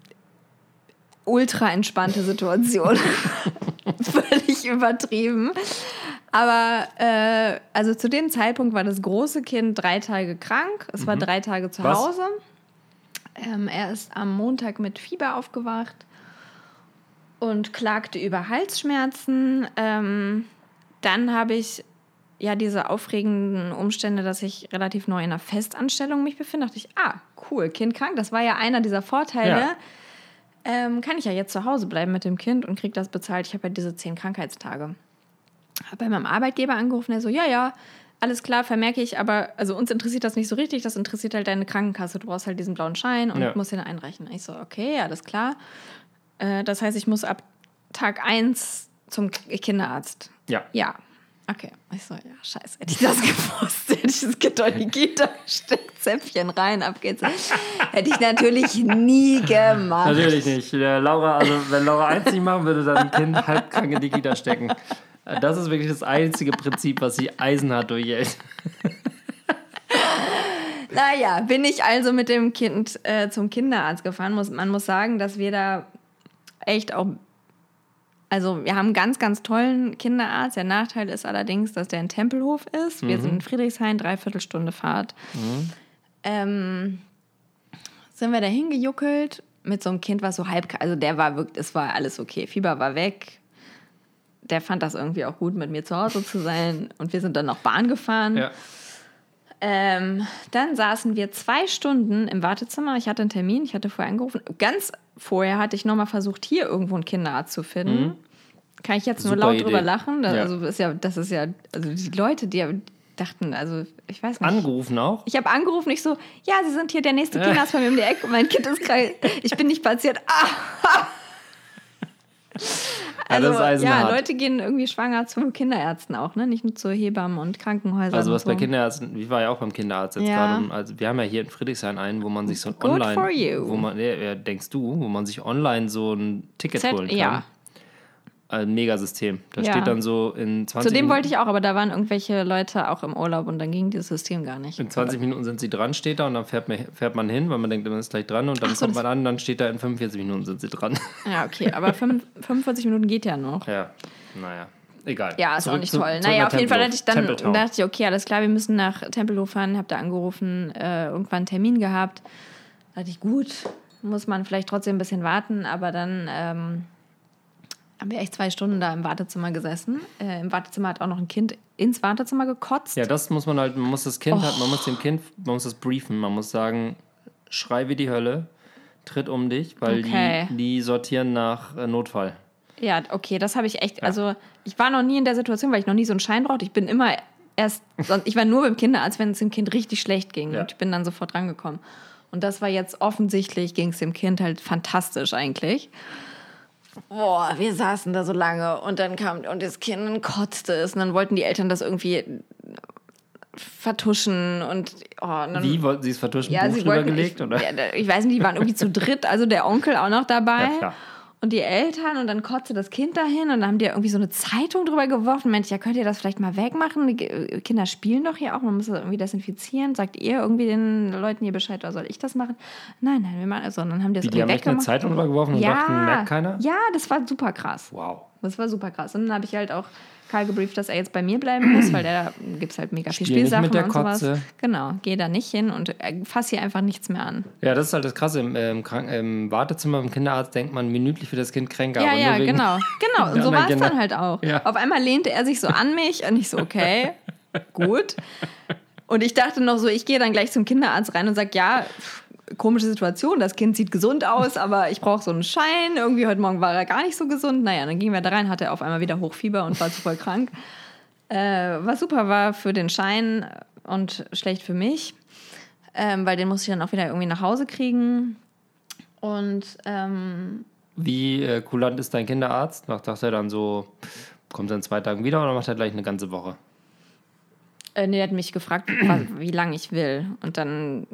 ultra entspannte Situation. Völlig übertrieben. Aber also zu dem Zeitpunkt war das große Kind 3 Tage krank. Es war 3 Tage zu Hause. Er ist am Montag mit Fieber aufgewacht und klagte über Halsschmerzen. Dann habe ich diese aufregenden Umstände, dass ich relativ neu in einer Festanstellung mich befinde. Da dachte ich, cool, Kind krank. Das war ja einer dieser Vorteile. Ja. Kann ich ja jetzt zu Hause bleiben mit dem Kind und kriege das bezahlt. Ich habe ja diese 10 Krankheitstage. Habe bei meinem Arbeitgeber angerufen, der so, ja, alles klar, vermerke ich, aber also uns interessiert das nicht so richtig, das interessiert halt deine Krankenkasse. Du brauchst halt diesen blauen Schein und musst den einreichen. Ich so, okay, alles klar. Das heißt, ich muss ab Tag 1 zum Kinderarzt. Ja. Ja. Okay. Ich so, ja, scheiße, hätte ich das gewusst, hätte ich das Kind in die Kita gesteckt, Zäpfchen rein, ab geht's. Hätte ich natürlich nie gemacht. Natürlich nicht. Wenn Laura eins nicht machen würde, dann ein Kind halbkrank in die Kita stecken. Das ist wirklich das einzige Prinzip, was sie eisenhart durchhält. Naja, bin ich also mit dem Kind zum Kinderarzt gefahren. Man muss sagen, dass wir da echt auch... Also wir haben einen ganz, ganz tollen Kinderarzt. Der Nachteil ist allerdings, dass der in Tempelhof ist. Wir sind in Friedrichshain, 3/4 Stunde Fahrt. Sind wir da hingejuckelt mit so einem Kind, was so halb, also der war wirklich, es war alles okay. Fieber war weg. Der fand das irgendwie auch gut, mit mir zu Hause zu sein. Und wir sind dann noch Bahn gefahren. Ja. Dann saßen wir 2 Stunden im Wartezimmer. Ich hatte einen Termin, ich hatte vorher angerufen. Ganz vorher hatte ich nochmal versucht, hier irgendwo einen Kinderarzt zu finden. Kann ich jetzt nur laut drüber lachen? Also das ist ja, also die Leute, die dachten, also ich weiß nicht. Angerufen auch? Ich habe angerufen, nicht so, ja, Sie sind hier der nächste Kinderarzt bei mir um die Ecke. Mein Kind ist krank, ich bin nicht Patient. Also, das ist eisenhart. Leute gehen irgendwie schwanger zu Kinderärzten auch, ne? Nicht nur zu Hebammen und Krankenhäusern. Also was und so. bei Kinderärzten, ich war ja auch beim Kinderarzt jetzt gerade. Also wir haben ja hier in Friedrichshain einen, wo man sich so Good online, for you. wo man, denkst du, wo man sich online so ein Ticket holen kann. Ja. Ein Megasystem. Da steht dann so in 20 Zu dem Minuten. wollte ich auch, aber da waren irgendwelche Leute auch im Urlaub und dann ging dieses System gar nicht. In 20 Minuten sind sie dran, steht da und dann fährt man hin, weil man denkt, man ist gleich dran und dann kommt man an, dann steht da in 45 Minuten sind sie dran. Ja, okay, aber 45 Minuten geht ja noch. Ja, naja, egal. Ja, ist auch nicht toll. Naja, auf jeden Fall dachte ich, okay, alles klar, wir müssen nach Tempelhof fahren, hab da angerufen, irgendwann einen Termin gehabt. Da dachte ich, gut, muss man vielleicht trotzdem ein bisschen warten, aber dann haben wir echt 2 Stunden da im Wartezimmer gesessen. Im Wartezimmer hat auch noch ein Kind ins Wartezimmer gekotzt. Ja, das muss man halt, man muss das Kind man muss dem Kind, man muss das briefen, man muss sagen, schrei wie die Hölle, tritt um dich, weil die sortieren nach Notfall. Ja, okay, das habe ich echt, also ich war noch nie in der Situation, weil ich noch nie so einen Schein brauchte. Ich bin immer ich war nur beim Kinderarzt, wenn es dem Kind richtig schlecht ging und ich bin dann sofort rangekommen. Und das war jetzt offensichtlich, ging es dem Kind halt fantastisch eigentlich. Boah, wir saßen da so lange und dann kam und das Kind kotzte es und dann wollten die Eltern das irgendwie vertuschen und dann, wie wollten sie es vertuschen? Ja, Buch sie wollten, gelegt, oder? Ich weiß nicht, die waren irgendwie zu dritt, also der Onkel auch noch dabei. Ja, klar. Und die Eltern und dann kotzte das Kind dahin und dann haben die irgendwie so eine Zeitung drüber geworfen. Mensch, ja, könnt ihr das vielleicht mal wegmachen? Die Kinder spielen doch hier auch, man muss das irgendwie desinfizieren. Sagt ihr irgendwie den Leuten hier Bescheid oder soll ich das machen? Nein, wir machen also. Und dann haben die das die haben echt eine Zeitung drüber geworfen und dachten, merkt keiner? Ja, das war super krass. Wow. Das war super krass. Und dann habe ich halt auch Karl gebrieft, dass er jetzt bei mir bleiben muss, weil da gibt es halt mega viel Spielsachen mit der und Kotze. sowas. Genau, geh da nicht hin und fass hier einfach nichts mehr an. Ja, das ist halt das Krasse. Im Wartezimmer im Kinderarzt denkt man, minütlich wird das Kind kränker. Ja, aber ja, nur wegen genau. Und so war es dann halt auch. Ja. Auf einmal lehnte er sich so an mich und ich so, okay, gut. Und ich dachte noch so, ich gehe dann gleich zum Kinderarzt rein und sage, ja, komische Situation, das Kind sieht gesund aus, aber ich brauche so einen Schein. Irgendwie heute Morgen war er gar nicht so gesund. Naja, dann gingen wir da rein, hatte er auf einmal wieder Hochfieber und war super krank. Was super war für den Schein und schlecht für mich, weil den musste ich dann auch wieder irgendwie nach Hause kriegen. Und wie kulant ist dein Kinderarzt? Sagt er dann so, kommt er in 2 Tagen wieder oder macht er gleich eine ganze Woche? Nee, er hat mich gefragt, wie lange ich will. Und dann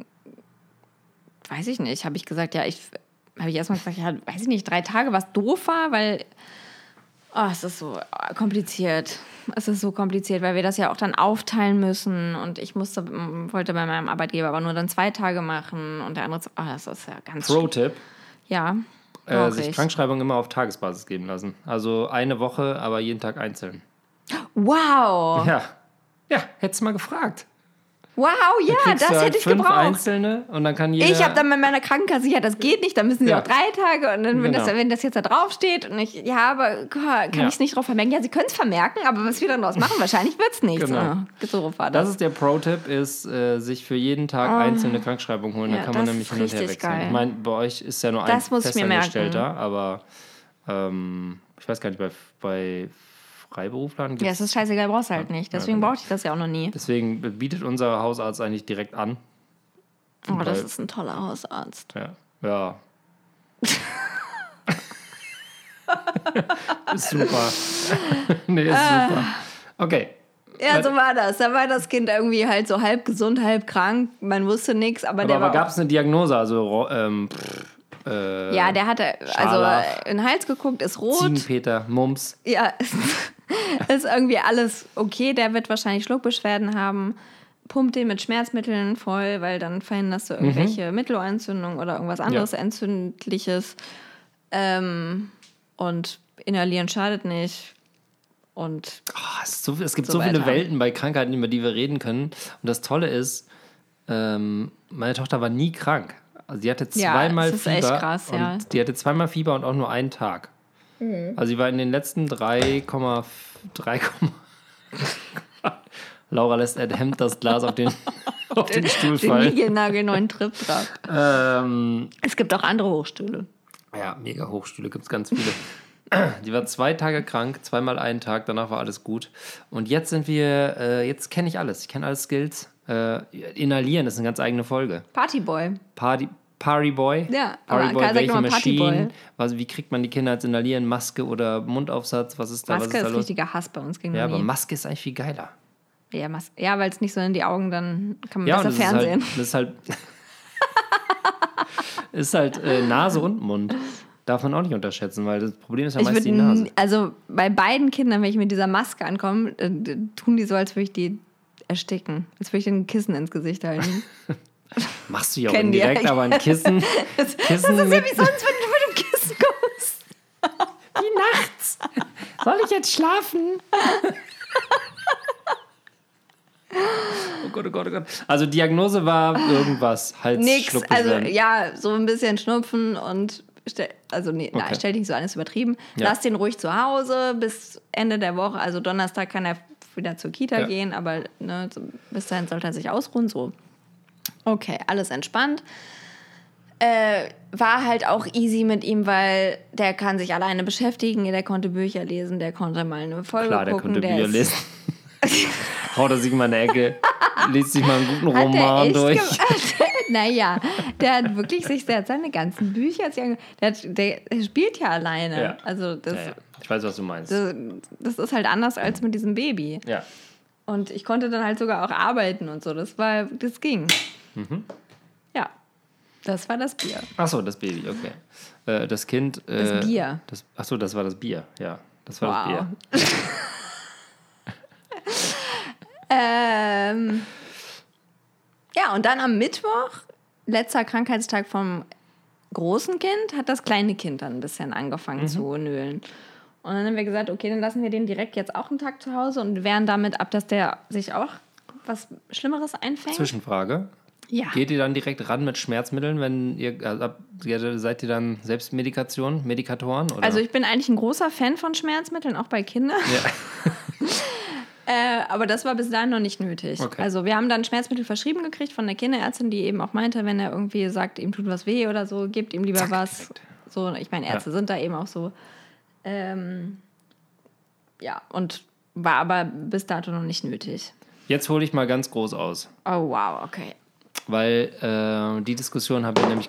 weiß ich nicht, habe ich gesagt, habe ich erstmal gesagt, ja, weiß ich nicht, 3 Tage, was doof war, weil es ist so kompliziert. Es ist so kompliziert, weil wir das ja auch dann aufteilen müssen und ich wollte bei meinem Arbeitgeber aber nur dann 2 Tage machen und der andere, das ist ja ganz Pro-Tipp. Ja. Sich Krankschreibung immer auf Tagesbasis geben lassen. Also 1 Woche, aber jeden Tag einzeln. Wow. Ja, hättest du mal gefragt. Wow, ja, das du halt hätte ich 5 gebraucht. Einzelne und dann kann jeder... Ich habe dann mit meiner Krankenkasse, ja, das geht nicht, dann müssen sie auch 3 Tage und dann, wenn das jetzt da draufsteht und ich, aber kann ich es nicht drauf vermerken? Ja, sie können es vermerken, aber was wir dann daraus machen, wahrscheinlich wird es nichts. Genau. So war das. Das ist der Pro-Tipp, ist sich für jeden Tag einzelne Krankschreibung holen, dann kann man nämlich hin und her wechseln. Geil. Ich meine, bei euch ist ja nur ein Festangestellter, aber ich weiß gar nicht, bei Freiberuflern gibt's... Ja, es ist scheißegal, brauchst du halt nicht. Deswegen brauchte ich das ja auch noch nie. Deswegen bietet unser Hausarzt eigentlich direkt an. Oh, das ist ein toller Hausarzt. Ja. Ist super. Nee, ist super. Okay. Ja, so war das. Da war das Kind irgendwie halt so halb gesund, halb krank. Man wusste nichts, aber der war... Aber gab es eine Diagnose? Also, ja, der hatte in den Hals geguckt, ist rot. Ziegenpeter, Mumps. Ja, ist irgendwie alles okay. Der wird wahrscheinlich Schluckbeschwerden haben. Pumpt den mit Schmerzmitteln voll, weil dann verhinderst du irgendwelche Mittelohrentzündungen oder irgendwas anderes Entzündliches. Und inhalieren schadet nicht. Und es gibt so viele Welten bei Krankheiten, über die wir reden können. Und das Tolle ist, meine Tochter war nie krank. Also die hatte zweimal das ist Fieber. Echt krass, und die hatte zweimal Fieber und auch nur einen Tag. Also sie war in den letzten 3, Laura lässt erhemmt das Glas auf den Stuhl fallen. Den niegelnagelneuen Trip drauf. Es gibt auch andere Hochstühle. Ja, mega Hochstühle, gibt es ganz viele. Die war 2 Tage krank, zweimal einen Tag, danach war alles gut. Und jetzt sind wir, jetzt kenne ich alles. Ich kenne alle Skills. Inhalieren ist eine ganz eigene Folge. Partyboy. Partyboy? Ja, Partyboy, aber welche mal Maschinen? Wie kriegt man die Kinder als Inhalieren? Maske oder Mundaufsatz? Was ist da? Maske ist richtiger Hass bei uns gegen Ja, aber Maske ist eigentlich viel geiler. Ja, weil es nicht so in die Augen, dann kann man besser fernsehen. Ist halt Nase und Mund. Darf man auch nicht unterschätzen, weil das Problem ist ja meist die Nase. Also bei beiden Kindern, wenn ich mit dieser Maske ankomme, tun die so, als würde ich die ersticken. Als würde ich ein Kissen ins Gesicht halten. Machst du ja auch indirekt, aber ein Kissen. Das ist ja wie sonst, wenn du mit dem Kissen kommst. Wie nachts. Soll ich jetzt schlafen? Oh Gott, oh Gott, oh Gott. Also Diagnose war irgendwas. Nix, also ja, so ein bisschen Schnupfen und stell dich nicht so an, ist übertrieben. Ja. Lass den ruhig zu Hause bis Ende der Woche. Also Donnerstag kann er wieder zur Kita gehen, aber bis dahin sollte er sich ausruhen. So. Okay, alles entspannt. War halt auch easy mit ihm, weil der kann sich alleine beschäftigen, der konnte Bücher lesen, der konnte mal eine Folge gucken. Klar, der konnte Bücher lesen. Haut er sich mal in der Ecke, liest sich mal einen guten Roman durch. Naja, der hat wirklich seine ganzen Bücher, der spielt ja alleine. Ja. Also das, Ich weiß, was du meinst. Das ist halt anders als mit diesem Baby. Ja. Und ich konnte dann halt sogar auch arbeiten und so. Das ging. Mhm. Ja, das war das Bier. Achso, das Baby, okay. Das Kind... das Bier. Achso, das war das Bier, ja. Das war das Bier. Ja, und dann am Mittwoch, letzter Krankheitstag vom großen Kind, hat das kleine Kind dann ein bisschen angefangen zu nölen. Und dann haben wir gesagt, okay, dann lassen wir den direkt jetzt auch einen Tag zu Hause und wehren damit ab, dass der sich auch was Schlimmeres einfängt. Zwischenfrage. Ja. Geht ihr dann direkt ran mit Schmerzmitteln, wenn seid ihr dann selbst Medikatoren? Oder? Also ich bin eigentlich ein großer Fan von Schmerzmitteln, auch bei Kindern. Ja. Aber das war bis dahin noch nicht nötig. Okay. Also wir haben dann Schmerzmittel verschrieben gekriegt von der Kinderärztin, die eben auch meinte, wenn er irgendwie sagt, ihm tut was weh oder so, gebt ihm lieber was. Perfekt. So, ich meine, Ärzte sind da eben auch so. Ja, und war aber bis dato noch nicht nötig. Jetzt hole ich mal ganz groß aus. Oh, wow, okay. Weil die Diskussion habe ich nämlich...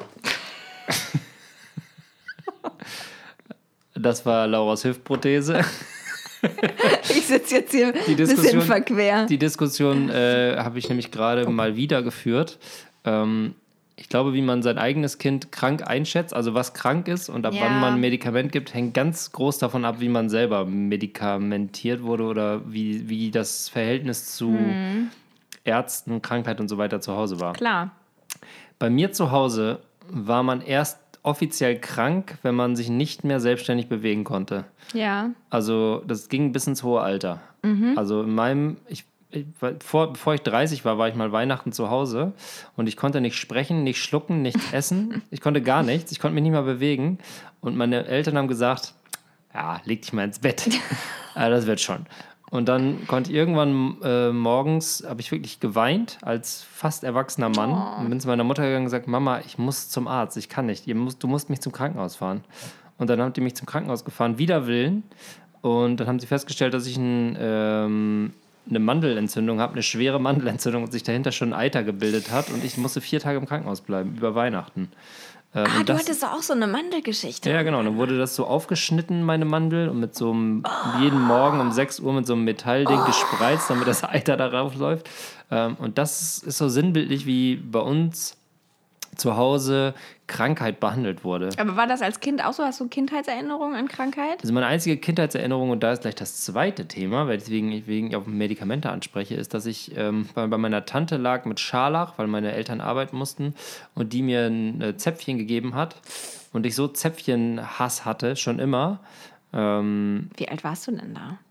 Das war Lauras Hüftprothese. Ich sitze jetzt hier ein bisschen verquer. Die Diskussion habe ich nämlich gerade mal wieder geführt. Ich glaube, wie man sein eigenes Kind krank einschätzt, also was krank ist und ab wann man ein Medikament gibt, hängt ganz groß davon ab, wie man selber medikamentiert wurde oder wie das Verhältnis zu Ärzten, Krankheit und so weiter zu Hause war. Klar. Bei mir zu Hause war man erst offiziell krank, wenn man sich nicht mehr selbstständig bewegen konnte. Ja. Also das ging bis ins hohe Alter. Also in meinem... Bevor ich 30 war, war ich mal Weihnachten zu Hause und ich konnte nicht sprechen, nicht schlucken, nichts essen. Ich konnte gar nichts. Ich konnte mich nicht mal bewegen. Und meine Eltern haben gesagt, ja, leg dich mal ins Bett. Das wird schon. Und dann konnte ich irgendwann morgens, habe ich wirklich geweint als fast erwachsener Mann. Und bin zu meiner Mutter gegangen und gesagt, Mama, ich muss zum Arzt, ich kann nicht. Du musst mich zum Krankenhaus fahren. Und dann haben die mich zum Krankenhaus gefahren, wider Willen. Und dann haben sie festgestellt, dass ich eine Mandelentzündung habe, eine schwere Mandelentzündung und sich dahinter schon ein Eiter gebildet hat und ich musste 4 Tage im Krankenhaus bleiben, über Weihnachten. Du hattest doch auch so eine Mandelgeschichte. Ja, genau. Dann wurde das so aufgeschnitten, meine Mandel, und mit so einem, jeden Morgen um 6 Uhr mit so einem Metallding gespreizt, damit das Eiter darauf läuft. Und das ist so sinnbildlich, wie bei uns zu Hause Krankheit behandelt wurde. Aber war das als Kind auch so? Hast du Kindheitserinnerungen an Krankheit? Also meine einzige Kindheitserinnerung, und da ist gleich das zweite Thema, weil ich auf Medikamente anspreche, ist, dass ich bei meiner Tante lag mit Scharlach, weil meine Eltern arbeiten mussten und die mir ein Zäpfchen gegeben hat und ich so Zäpfchenhass hatte, schon immer. Wie alt warst du denn da?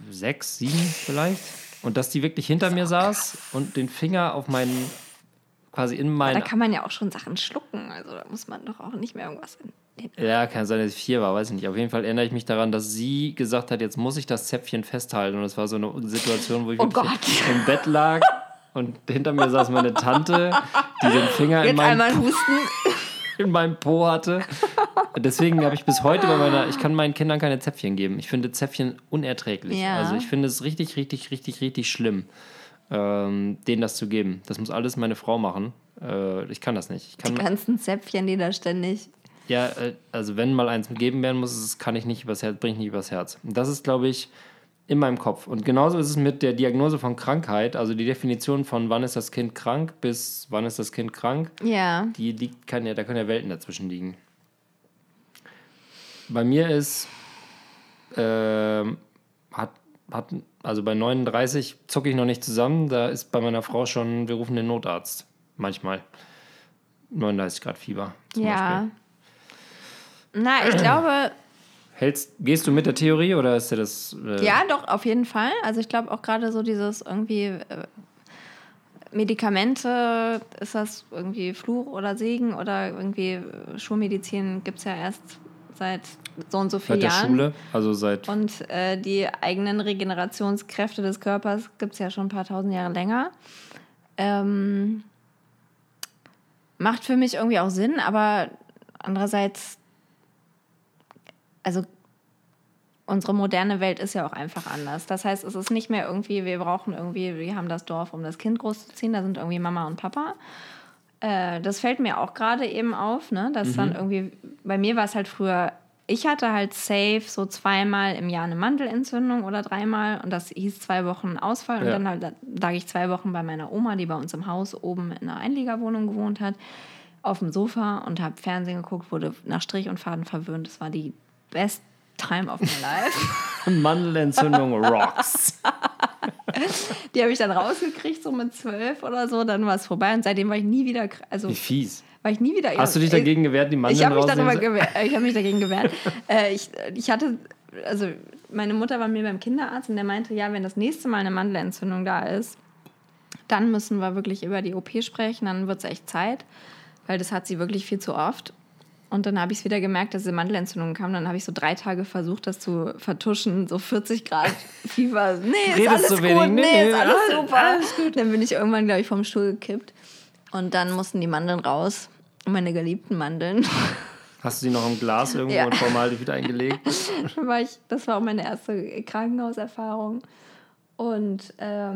6, 7 vielleicht. Und dass die wirklich hinter mir saß und den Finger auf meinen quasi in meinen... Da kann man ja auch schon Sachen schlucken, also da muss man doch auch nicht mehr irgendwas Ja, kann sein, dass ich 4 war, weiß ich nicht. Auf jeden Fall erinnere ich mich daran, dass sie gesagt hat, jetzt muss ich das Zäpfchen festhalten. Und das war so eine Situation, wo ich wirklich im Bett lag und hinter mir saß meine Tante, die den Finger in meinem Po hatte. Deswegen habe ich bis heute ich kann meinen Kindern keine Zäpfchen geben. Ich finde Zäpfchen unerträglich. Ja. Also ich finde es richtig, richtig, richtig, richtig schlimm, denen das zu geben. Das muss alles meine Frau machen. Ich kann das nicht. Die ganzen Zäpfchen, die da ständig... Ja, also wenn mal eins gegeben werden muss, bringe ich nicht übers Herz. Und das ist, glaube ich, in meinem Kopf. Und genauso ist es mit der Diagnose von Krankheit, also die Definition von wann ist das Kind krank bis wann ist das Kind krank, ja. Da können ja Welten dazwischen liegen. Bei mir ist, also bei 39 zucke ich noch nicht zusammen, da ist bei meiner Frau schon, wir rufen den Notarzt, manchmal. 39 Grad Fieber zum Beispiel. Na, ich glaube... Gehst du mit der Theorie oder ist dir das... Ja, doch, auf jeden Fall. Also ich glaube auch gerade so dieses irgendwie Medikamente, ist das irgendwie Fluch oder Segen oder irgendwie Schulmedizin gibt es ja erst seit so und so vielen Jahren. Seit der Schule, also seit... Und die eigenen Regenerationskräfte des Körpers gibt es ja schon ein paar tausend Jahre länger. Macht für mich irgendwie auch Sinn, aber andererseits... Also unsere moderne Welt ist ja auch einfach anders. Das heißt, es ist nicht mehr irgendwie, wir haben das Dorf, um das Kind großzuziehen, da sind irgendwie Mama und Papa. Das fällt mir auch gerade eben auf, ne? Dass dann irgendwie, bei mir war es halt früher, ich hatte halt safe so 2-mal im Jahr eine Mandelentzündung oder 3-mal und das hieß 2 Wochen Ausfall und dann halt, lag ich 2 Wochen bei meiner Oma, die bei uns im Haus oben in einer Einliegerwohnung gewohnt hat, auf dem Sofa und habe Fernsehen geguckt, wurde nach Strich und Faden verwöhnt. Das war die best time of my life. Mandelentzündung rocks. Die habe ich dann rausgekriegt, so mit 12 oder so, dann war es vorbei und seitdem war ich nie wieder... Also, wie fies. War ich nie wieder... Hast du dich dagegen gewehrt, die Mandeln rauszunehmen? Ich habe mich dagegen gewehrt. Ich hatte... Also meine Mutter war mir beim Kinderarzt und der meinte, ja, wenn das nächste Mal eine Mandelentzündung da ist, dann müssen wir wirklich über die OP sprechen, dann wird es echt Zeit, weil das hat sie wirklich viel zu oft. Und dann habe ich es wieder gemerkt, dass diese Mandelentzündung kam. Dann habe ich so 3 Tage versucht, das zu vertuschen. So 40 Grad Fieber. Nee, ist alles gut. Nee, ist alles super. Alles gut. Dann bin ich irgendwann, glaube ich, vom Stuhl gekippt. Und dann mussten die Mandeln raus. Meine geliebten Mandeln. Hast du die noch im Glas irgendwo und Formaldehyd eingelegt? Das war auch meine erste Krankenhauserfahrung. Und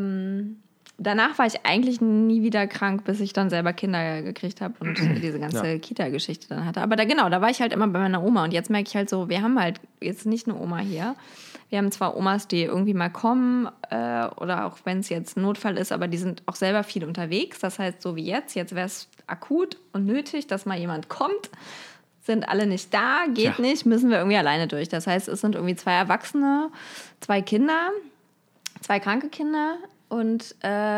danach war ich eigentlich nie wieder krank, bis ich dann selber Kinder gekriegt habe und diese ganze Kita-Geschichte dann hatte. Aber da war ich halt immer bei meiner Oma. Und jetzt merke ich halt so, wir haben halt jetzt nicht eine Oma hier. Wir haben zwar Omas, die irgendwie mal kommen oder auch wenn es jetzt ein Notfall ist, aber die sind auch selber viel unterwegs. Das heißt, so wie jetzt wäre es akut und nötig, dass mal jemand kommt. Sind alle nicht da, geht nicht, müssen wir irgendwie alleine durch. Das heißt, es sind irgendwie 2 Erwachsene, 2 Kinder, 2 kranke Kinder. Und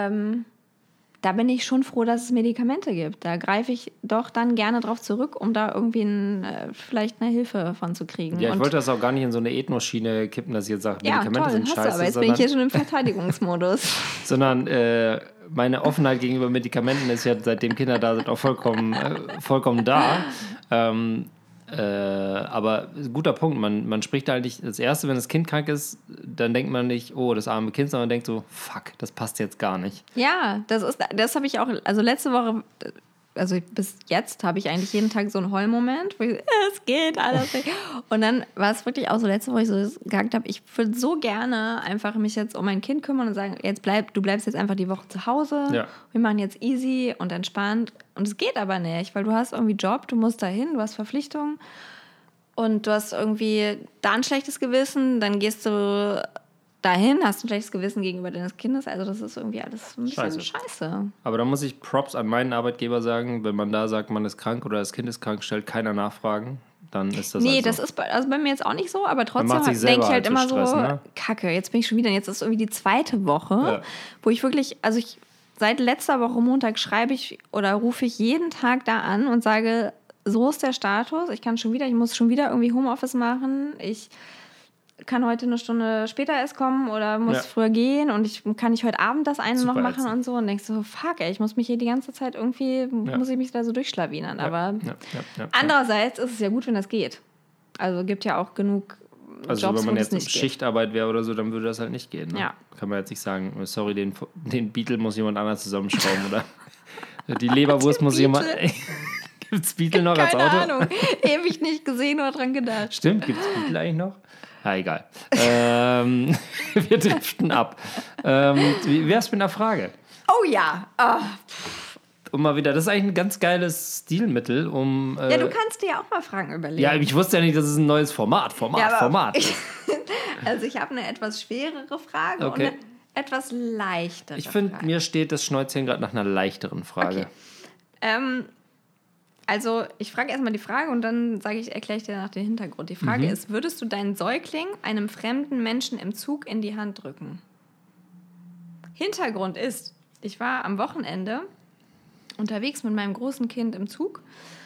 da bin ich schon froh, dass es Medikamente gibt. Da greife ich doch dann gerne drauf zurück, um da irgendwie vielleicht eine Hilfe von zu kriegen. Ja, ich wollte das auch gar nicht in so eine Ethnos-Schiene kippen, dass ich jetzt sage, Medikamente sind scheiße. Aber jetzt bin ich hier schon im Verteidigungsmodus. Sondern meine Offenheit gegenüber Medikamenten ist ja, seitdem Kinder da sind, auch vollkommen da. Aber guter Punkt, man spricht eigentlich das Erste, wenn das Kind krank ist, dann denkt man nicht, oh, das arme Kind, sondern man denkt so, fuck, das passt jetzt gar nicht. Ja, das habe ich auch, also letzte Woche, also bis jetzt habe ich eigentlich jeden Tag so einen Heulmoment, wo ich, es geht alles nicht. Und dann war es wirklich auch so letzte Woche, wo ich so gesagt habe, ich würde so gerne einfach mich jetzt um mein Kind kümmern und sagen, du bleibst jetzt einfach die Woche zu Hause, wir machen jetzt easy und entspannt. Und es geht aber nicht, weil du hast irgendwie Job, du musst dahin, du hast Verpflichtungen und du hast irgendwie da ein schlechtes Gewissen, dann gehst du dahin, hast ein schlechtes Gewissen gegenüber deines Kindes. Also das ist irgendwie alles ein bisschen scheiße. Aber da muss ich Props an meinen Arbeitgeber sagen, wenn man da sagt, man ist krank oder das Kind ist krank, stellt keiner Nachfragen, dann ist das das ist bei mir jetzt auch nicht so, aber trotzdem denke ich halt immer Stress, so, ne? Kacke, jetzt bin ich schon wieder, jetzt ist irgendwie die 2. Woche, wo ich wirklich, seit letzter Woche Montag schreibe ich oder rufe ich jeden Tag da an und sage, so ist der Status, ich muss schon wieder irgendwie Homeoffice machen, ich kann heute eine Stunde später erst kommen oder muss früher gehen und kann nicht heute Abend das eine noch machen und so. Und denkst so, fuck, ey, ich muss mich hier die ganze Zeit irgendwie, muss ich mich da so durchschlawinern. Aber andererseits ist es ja gut, wenn das geht. Also gibt ja auch genug Also Jobs, wenn man wo jetzt es nicht Schichtarbeit wäre oder so, dann würde das halt nicht gehen. Ne? Ja. Kann man jetzt nicht sagen, sorry, den Beetle muss jemand anders zusammenschrauben oder die Leberwurst muss jemand... Gibt's Beetle noch als Auto? Keine Ahnung, ewig nicht gesehen oder dran gedacht. Stimmt, gibt's Beetle eigentlich noch? Ja, egal. Wir driften ab. Wie wär's mit einer Frage? Oh ja. Und mal wieder, das ist eigentlich ein ganz geiles Stilmittel, um... ja, du kannst dir ja auch mal Fragen überlegen. Ja, ich wusste ja nicht, dass es ein neues Format. Also ich habe eine etwas schwerere Frage und eine etwas leichtere Ich finde, mir steht das Schnäuzchen gerade nach einer leichteren Frage. Okay. Also ich frage erstmal die Frage und dann erkläre ich dir nach den Hintergrund. Die Frage ist, würdest du deinen Säugling einem fremden Menschen im Zug in die Hand drücken? Hintergrund ist, ich war am Wochenende unterwegs mit meinem großen Kind im Zug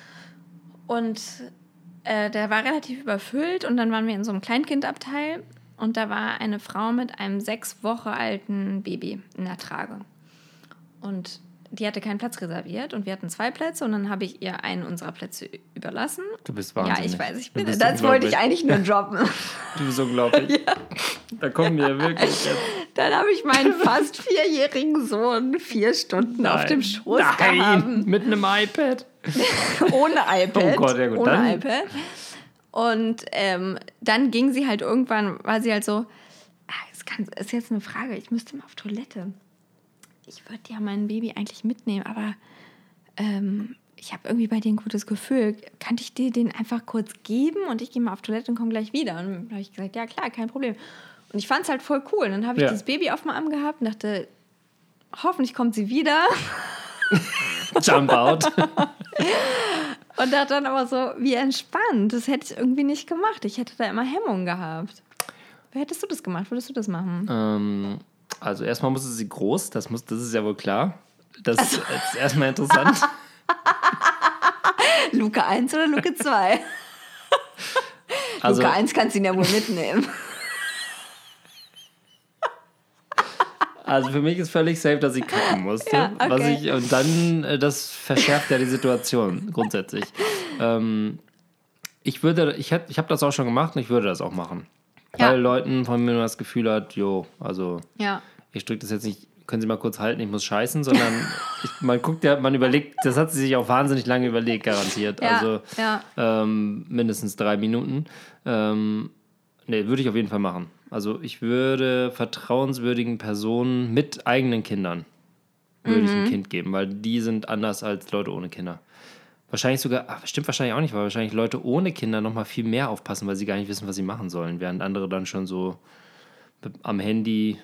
und der war relativ überfüllt und dann waren wir in so einem Kleinkindabteil und da war eine Frau mit einem 6 Wochen alten Baby in der Trage und die hatte keinen Platz reserviert und wir hatten 2 Plätze und dann habe ich ihr einen unserer Plätze überlassen. Du bist wahnsinnig. Ja, ich weiß, das wollte ich eigentlich nur droppen. Du bist unglaublich. Ja. Da kommen wir wirklich jetzt. Dann habe ich meinen fast 4-jährigen Sohn 4 Stunden auf dem Schoß gehabt. Mit einem iPad. Ohne iPad. Oh Gott, ja gut. Ohne iPad. Und dann ging sie halt irgendwann, war sie halt so, ist jetzt eine Frage, ich müsste mal auf Toilette. Ich würde ja mein Baby eigentlich mitnehmen, aber ich habe irgendwie bei dir ein gutes Gefühl. Kann ich dir den einfach kurz geben und ich gehe mal auf Toilette und komme gleich wieder? Und dann habe ich gesagt, ja klar, kein Problem. Und ich fand es halt voll cool. Und dann habe ich das Baby auf dem Arm gehabt und dachte, hoffentlich kommt sie wieder. Jump out. Und dachte dann aber so, wie entspannt. Das hätte ich irgendwie nicht gemacht. Ich hätte da immer Hemmungen gehabt. Wie hättest du das gemacht? Würdest du das machen? Also erstmal musste sie groß, das ist ja wohl klar. Das ist erstmal interessant. Luke 1 oder Luke 2? Also, Luke 1 kannst du ihn ja wohl mitnehmen. Also für mich ist völlig safe, dass ich kacken musste. Ja, okay. Und dann, das verschärft ja die Situation grundsätzlich. Ich habe das auch schon gemacht und ich würde das auch machen. Ja. Weil Leuten, von mir das Gefühl hat, ja. Ich drücke das jetzt nicht, können Sie mal kurz halten, ich muss scheißen, sondern man überlegt, das hat sie sich auch wahnsinnig lange überlegt, garantiert. Ja, also mindestens 3 Minuten. Würde ich auf jeden Fall machen. Also ich würde vertrauenswürdigen Personen mit eigenen Kindern würde ich ein Kind geben, weil die sind anders als Leute ohne Kinder. Wahrscheinlich sogar, stimmt wahrscheinlich auch nicht, weil wahrscheinlich Leute ohne Kinder noch mal viel mehr aufpassen, weil sie gar nicht wissen, was sie machen sollen, während andere dann schon so am Handy...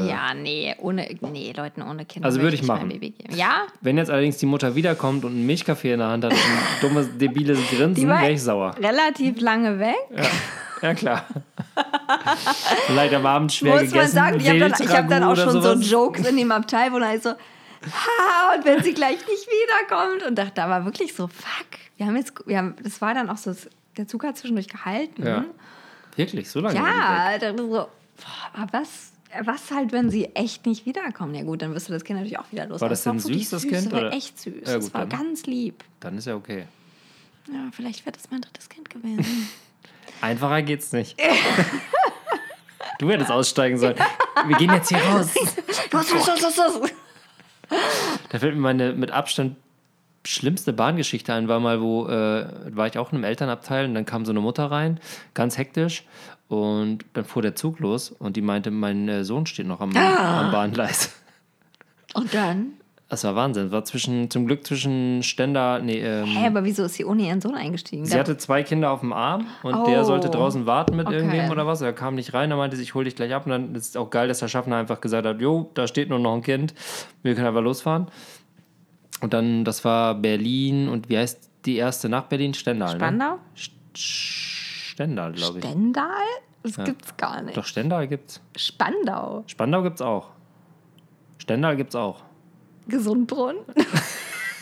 Leuten ohne Kinder. Also würde ich machen. Baby geben. Ja? Wenn jetzt allerdings die Mutter wiederkommt und einen Milchkaffee in der Hand hat und ein dummes, debiles Grinsen, wäre ich sauer. Relativ lange weg. Ja klar. Vielleicht am Abend schwer gegessen. Muss man sagen, ich habe dann auch schon so Jokes in dem Abteil, wo er so, und wenn sie gleich nicht wiederkommt. Und dachte, da war wirklich so, fuck. Das war dann auch so, der Zug hat zwischendurch gehalten. Ja. Wirklich, so lange? Ja, da so, was halt, wenn sie echt nicht wiederkommen? Ja gut, dann wirst du das Kind natürlich auch wieder los. War das denn süß, das Kind? Das war echt süß. Ja, gut, das war ganz lieb. Dann ist ja okay. Ja, vielleicht wird das mein 3. Kind gewesen. Einfacher geht's nicht. Du hättest aussteigen sollen. Wir gehen jetzt hier raus. Los. Da fällt mir meine mit Abstand schlimmste Bahngeschichte ein, war ich auch in einem Elternabteil und dann kam so eine Mutter rein, ganz hektisch und dann fuhr der Zug los und die meinte, mein Sohn steht noch am Bahngleis. Und dann? Das war Wahnsinn. War zum Glück zwischen Ständer... aber wieso ist sie ohne ihren Sohn eingestiegen? Sie hatte 2 Kinder auf dem Arm und der sollte draußen warten mit irgendwem oder was. Er kam nicht rein, er meinte, ich hol dich gleich ab. Und dann ist es auch geil, dass der Schaffner einfach gesagt hat, da steht nur noch ein Kind, wir können einfach losfahren. Und dann, das war Berlin und wie heißt die erste nach Berlin? Stendal, Spandau? Ne? Stendal, glaube ich. Stendal? Das gibt's gar nicht. Doch, Stendal gibt's. Spandau? Spandau gibt's auch. Stendal gibt's auch. Gesundbrunn?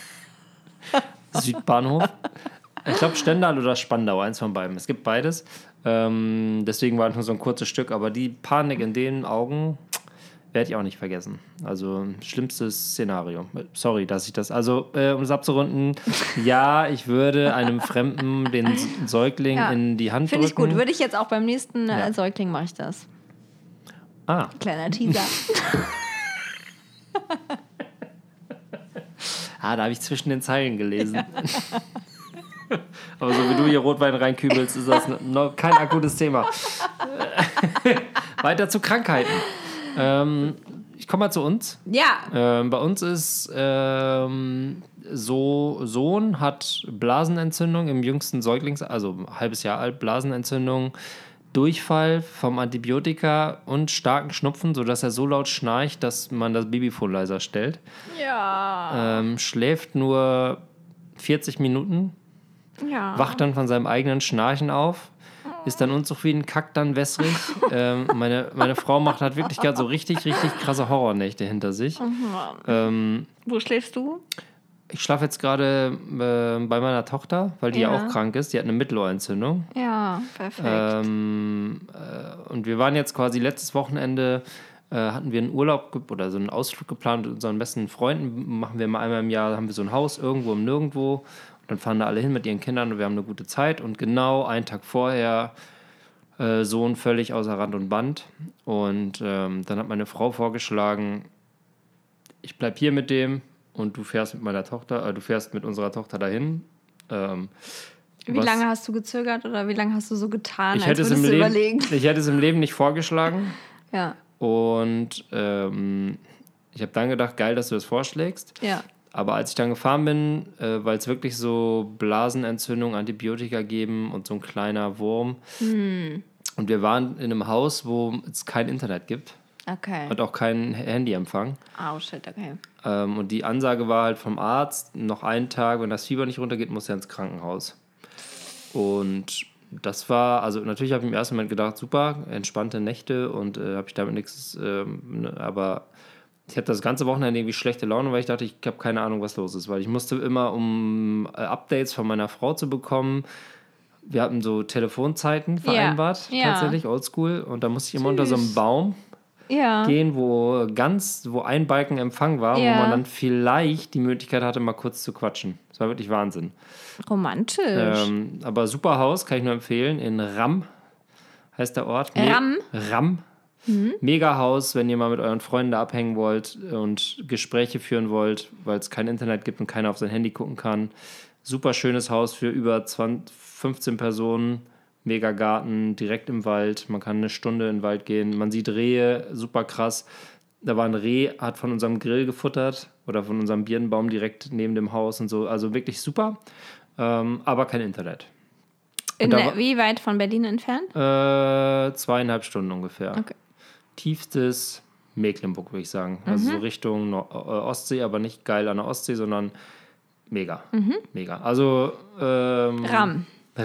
Südbahnhof. Ich glaube Stendal oder Spandau, eins von beiden. Es gibt beides. Deswegen war es nur so ein kurzes Stück, aber die Panik in den Augen werde ich auch nicht vergessen. Also schlimmstes Szenario. Sorry, dass ich das... Also, um es abzurunden, ja, ich würde einem Fremden den Säugling in die Hand drücken. Finde ich gut. Würde ich jetzt auch beim nächsten Säugling mache ich das. Kleiner Teaser. Da habe ich zwischen den Zeilen gelesen. Aber so wie du hier Rotwein reinkübelst, ist das noch kein akutes Thema. Weiter zu Krankheiten. Ich komme mal zu uns. Ja. Bei uns ist Sohn hat Blasenentzündung im jüngsten also ein halbes Jahr alt, Blasenentzündung, Durchfall vom Antibiotika und starken Schnupfen, sodass er so laut schnarcht, dass man das Babyfon leiser stellt. Ja. Schläft nur 40 Minuten, wacht dann von seinem eigenen Schnarchen auf, ist dann unzufrieden, kackt dann wässrig. Meine Frau hat wirklich gerade so richtig, richtig krasse Horrornächte hinter sich. Wo schläfst du? Ich schlafe jetzt gerade bei meiner Tochter, weil die ja auch krank ist. Die hat eine Mittelohrentzündung. Ja, perfekt. Und wir waren jetzt quasi letztes Wochenende, hatten wir einen Urlaub oder so einen Ausflug geplant mit unseren besten Freunden. Machen wir mal einmal im Jahr, haben wir so ein Haus irgendwo im Nirgendwo. Und dann fahren da alle hin mit ihren Kindern und wir haben eine gute Zeit. Und genau einen Tag vorher Sohn völlig außer Rand und Band. Und dann hat meine Frau vorgeschlagen, ich bleib hier mit dem. Und du fährst mit unserer Tochter dahin. Wie lange hast du gezögert oder wie lange hast du so getan, ich hätte es im Leben nicht vorgeschlagen. Ja. Und ich habe dann gedacht, geil, dass du das vorschlägst. Ja. Aber als ich dann gefahren bin, weil es wirklich so Blasenentzündung, Antibiotika geben und so ein kleiner Wurm. Und wir waren in einem Haus, wo es kein Internet gibt. Okay. Und auch keinen Handyempfang. Oh, shit, okay. Und die Ansage war halt vom Arzt, noch einen Tag, wenn das Fieber nicht runtergeht, muss er ins Krankenhaus. Und das war, also natürlich habe ich im ersten Moment gedacht, super, entspannte Nächte und habe ich damit nichts, aber ich hatte das ganze Wochenende irgendwie schlechte Laune, weil ich dachte, ich habe keine Ahnung, was los ist, weil ich musste immer, um Updates von meiner Frau zu bekommen, wir hatten so Telefonzeiten vereinbart, tatsächlich, oldschool, und da musste ich immer unter so einem Baum gehen, wo ein Balken Empfang war, wo man dann vielleicht die Möglichkeit hatte, mal kurz zu quatschen. Das war wirklich Wahnsinn. Romantisch. Aber super Haus, kann ich nur empfehlen, in Ram heißt der Ort. Ram. Mega Haus, wenn ihr mal mit euren Freunden da abhängen wollt und Gespräche führen wollt, weil es kein Internet gibt und keiner auf sein Handy gucken kann. Super schönes Haus für über 15 Personen. Mega Garten, direkt im Wald. Man kann eine Stunde in den Wald gehen. Man sieht Rehe, super krass. Da war ein Reh, hat von unserem Grill gefuttert oder von unserem Birnenbaum direkt neben dem Haus und so. Also wirklich super, aber kein Internet. Wie weit von Berlin entfernt? 2,5 Stunden ungefähr. Okay. Tiefstes Mecklenburg, würde ich sagen. Also so Richtung Ostsee, aber nicht geil an der Ostsee, sondern mega. Mega. Also Ram.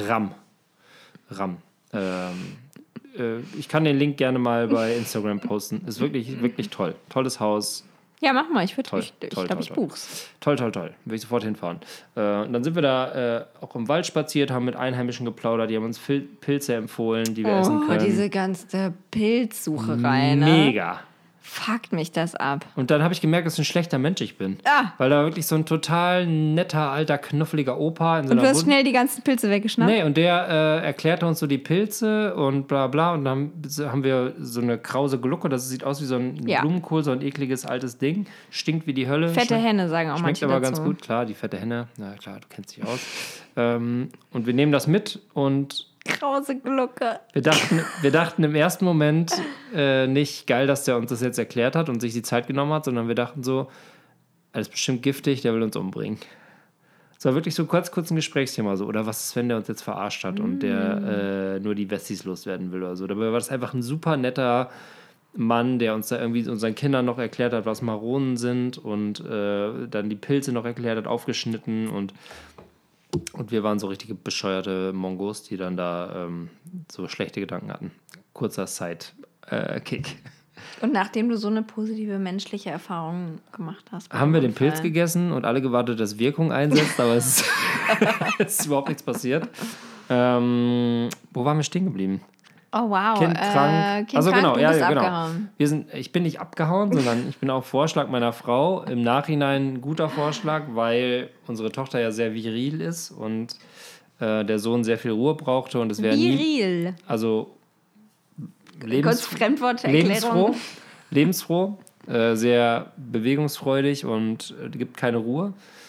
Ich kann den Link gerne mal bei Instagram posten. Ist wirklich, wirklich toll. Tolles Haus. Ja, mach mal. Ich glaube, ich buch's. Toll. Will ich sofort hinfahren. Und dann sind wir da auch im Wald spaziert, haben mit Einheimischen geplaudert. Die haben uns Pilze empfohlen, die wir essen können. Diese ganze Pilzsucherei, ne? Mega. Fuckt mich das ab. Und dann habe ich gemerkt, dass ich ein schlechter Mensch ich bin. Weil da wirklich so ein total netter, alter, knuffeliger Opa in so einer Und du hast schnell die ganzen Pilze weggeschnappt? Nee, und der erklärte uns so die Pilze und bla bla. Und dann haben wir so eine krause Glucke. Das sieht aus wie so ein Blumenkohl, so ein ekliges altes Ding. Stinkt wie die Hölle. Fette Henne, sagen auch manche dazu. Schmeckt aber dazu. ganz gut, klar, die fette Henne. Na klar, du kennst dich aus. Und wir nehmen das mit und krause Glucke. Wir dachten im ersten Moment nicht geil, dass der uns das jetzt erklärt hat und sich die Zeit genommen hat, sondern wir dachten so, das ist bestimmt giftig, der will uns umbringen. Es war wirklich so kurz ein Gesprächsthema so. Oder was ist, wenn der uns jetzt verarscht hat und der nur die Wessis loswerden will oder so. Dabei war das einfach ein super netter Mann, der uns da irgendwie unseren Kindern noch erklärt hat, was Maronen sind und dann die Pilze noch erklärt hat, aufgeschnitten und wir waren so richtige bescheuerte Mongos, die dann da so schlechte Gedanken hatten. Kurzer Side-Kick. Und nachdem du so eine positive menschliche Erfahrung gemacht hast. Haben wir den Pilz gegessen und alle gewartet, dass Wirkung einsetzt, aber es ist überhaupt nichts passiert. Wo waren wir stehen geblieben? Oh wow. Kind krank. Kind krank, genau, du bist genau. abgehauen. Ich bin nicht abgehauen, sondern ich bin auf Vorschlag meiner Frau. Im Nachhinein ein guter Vorschlag, weil unsere Tochter ja sehr viril ist und der Sohn sehr viel Ruhe brauchte. Und es wäre Viril. Also Kurz Fremdworterklärung. lebensfroh, sehr bewegungsfreudig und gibt keine Ruhe.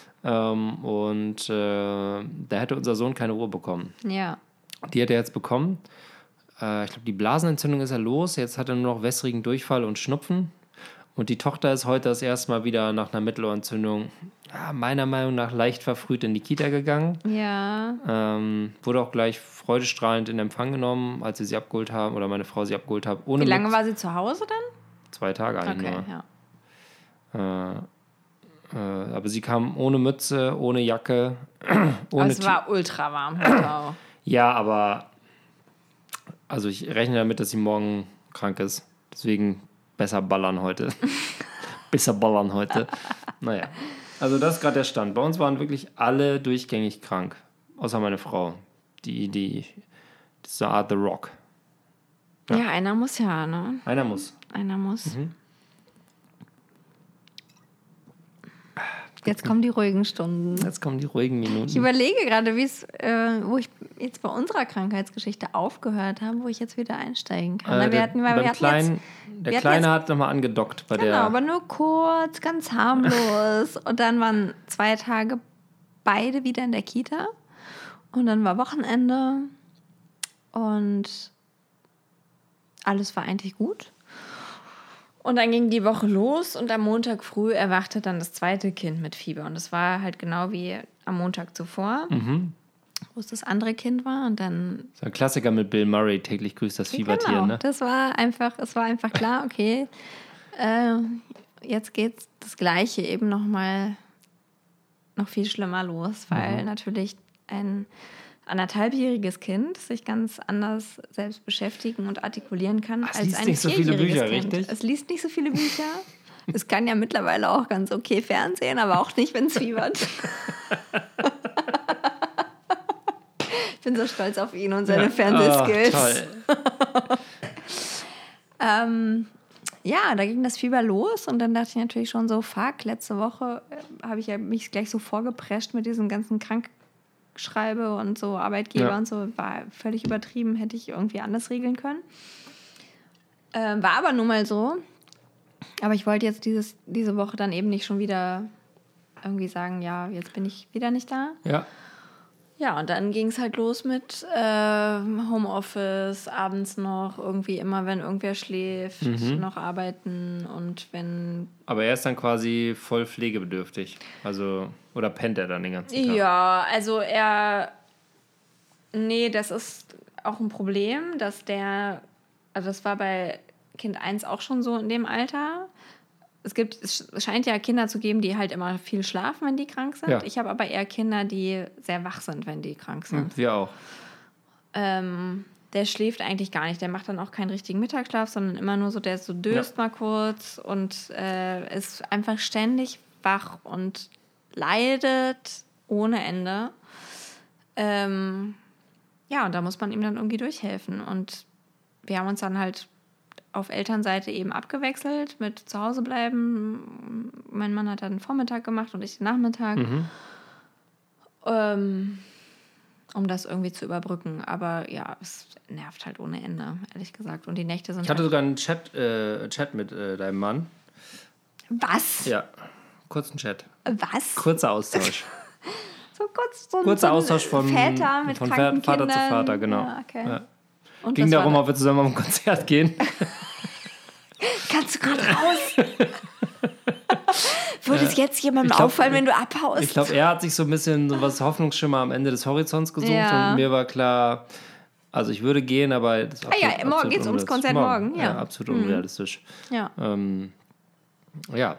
Da hätte unser Sohn keine Ruhe bekommen. Ja. Die hat er jetzt bekommen. Ich glaube, die Blasenentzündung ist ja los. Jetzt hat er nur noch wässrigen Durchfall und Schnupfen. Und die Tochter ist heute das erste Mal wieder nach einer Mittelohrentzündung, meiner Meinung nach, leicht verfrüht in die Kita gegangen. Ja. Wurde auch gleich freudestrahlend in Empfang genommen, als sie abgeholt haben oder meine Frau sie abgeholt hat. Wie lange war sie zu Hause dann? 2 Tage eigentlich nur. Ja. Aber sie kam ohne Mütze, ohne Jacke. Aber es war ultra warm heute auch. Ja, aber also ich rechne damit, dass sie morgen krank ist. Deswegen besser ballern heute. Naja, also das ist gerade der Stand. Bei uns waren wirklich alle durchgängig krank. Außer meine Frau. Die ist so eine Art The Rock. Ja, einer muss ja, ne? Einer muss. Mhm. Jetzt kommen die ruhigen Stunden. Jetzt kommen die ruhigen Minuten. Ich überlege gerade, wo ich jetzt bei unserer Krankheitsgeschichte aufgehört habe, wo ich jetzt wieder einsteigen kann. Der Kleine hat nochmal angedockt bei der. Genau, aber nur kurz, ganz harmlos. Und dann waren 2 Tage beide wieder in der Kita. Und dann war Wochenende. Und alles war eigentlich gut. Und dann ging die Woche los und am Montag früh erwachte dann das zweite Kind mit Fieber. Und das war halt genau wie am Montag zuvor, wo es das andere Kind war. Und dann. Das ist ein Klassiker mit Bill Murray, täglich grüßt das Fiebertier, genau, ne? Es war einfach klar, okay, jetzt geht das Gleiche eben noch viel schlimmer los, weil natürlich ein 1,5-jähriges Kind sich ganz anders selbst beschäftigen und artikulieren kann als ein 4-jähriges Kind. Es liest nicht so viele Bücher, Kind. richtig? Es liest nicht so viele Bücher. Es kann ja mittlerweile auch ganz okay Fernsehen, aber auch nicht, wenn es fiebert. Ich bin so stolz auf ihn und seine Fernsehskills. Oh, toll. Ja, da ging das Fieber los und dann dachte ich natürlich schon so, fuck, letzte Woche habe ich ja mich gleich so vorgeprescht mit diesen ganzen Krankschreibe und so Arbeitgeber und so, war völlig übertrieben, hätte ich irgendwie anders regeln können. War aber nun mal so. Aber ich wollte jetzt diese Woche dann eben nicht schon wieder irgendwie sagen, ja, jetzt bin ich wieder nicht da. Ja. Ja, und dann ging es halt los mit Homeoffice, abends noch irgendwie immer, wenn irgendwer schläft, noch arbeiten und wenn... Aber er ist dann quasi voll pflegebedürftig, also, oder pennt er dann den ganzen Tag? Ja, also das ist auch ein Problem, dass also das war bei Kind 1 auch schon so in dem Alter. Es scheint ja Kinder zu geben, die halt immer viel schlafen, wenn die krank sind. Ja. Ich habe aber eher Kinder, die sehr wach sind, wenn die krank sind. Wir auch. Der schläft eigentlich gar nicht. Der macht dann auch keinen richtigen Mittagsschlaf, sondern immer nur so, der so döst mal kurz und ist einfach ständig wach und leidet ohne Ende. Ja, und da muss man ihm dann irgendwie durchhelfen. Und wir haben uns dann halt auf Elternseite eben abgewechselt mit zu Hause bleiben. Mein Mann hat dann den Vormittag gemacht und ich den Nachmittag, um das irgendwie zu überbrücken. Aber ja, es nervt halt ohne Ende, ehrlich gesagt. Und die Nächte sind. Ich hatte sogar einen Chat mit deinem Mann. Was? Ja, kurzen Chat. Was? Kurzer Austausch. Kurzer Austausch von Väter mit von kranken Vater Kindern. zu Vater, genau. Ja, okay. Ja. Und ging darum, ob wir zusammen auf ein Konzert gehen. Kannst du gerade raus? Würde es jetzt jemandem auffallen, wenn du abhaust? Ich glaube, er hat sich so ein bisschen so was Hoffnungsschimmer am Ende des Horizonts gesucht und mir war klar, also ich würde gehen, aber das ist morgen geht es ums Konzert morgen. Ja, absolut unrealistisch. Ja. Ja.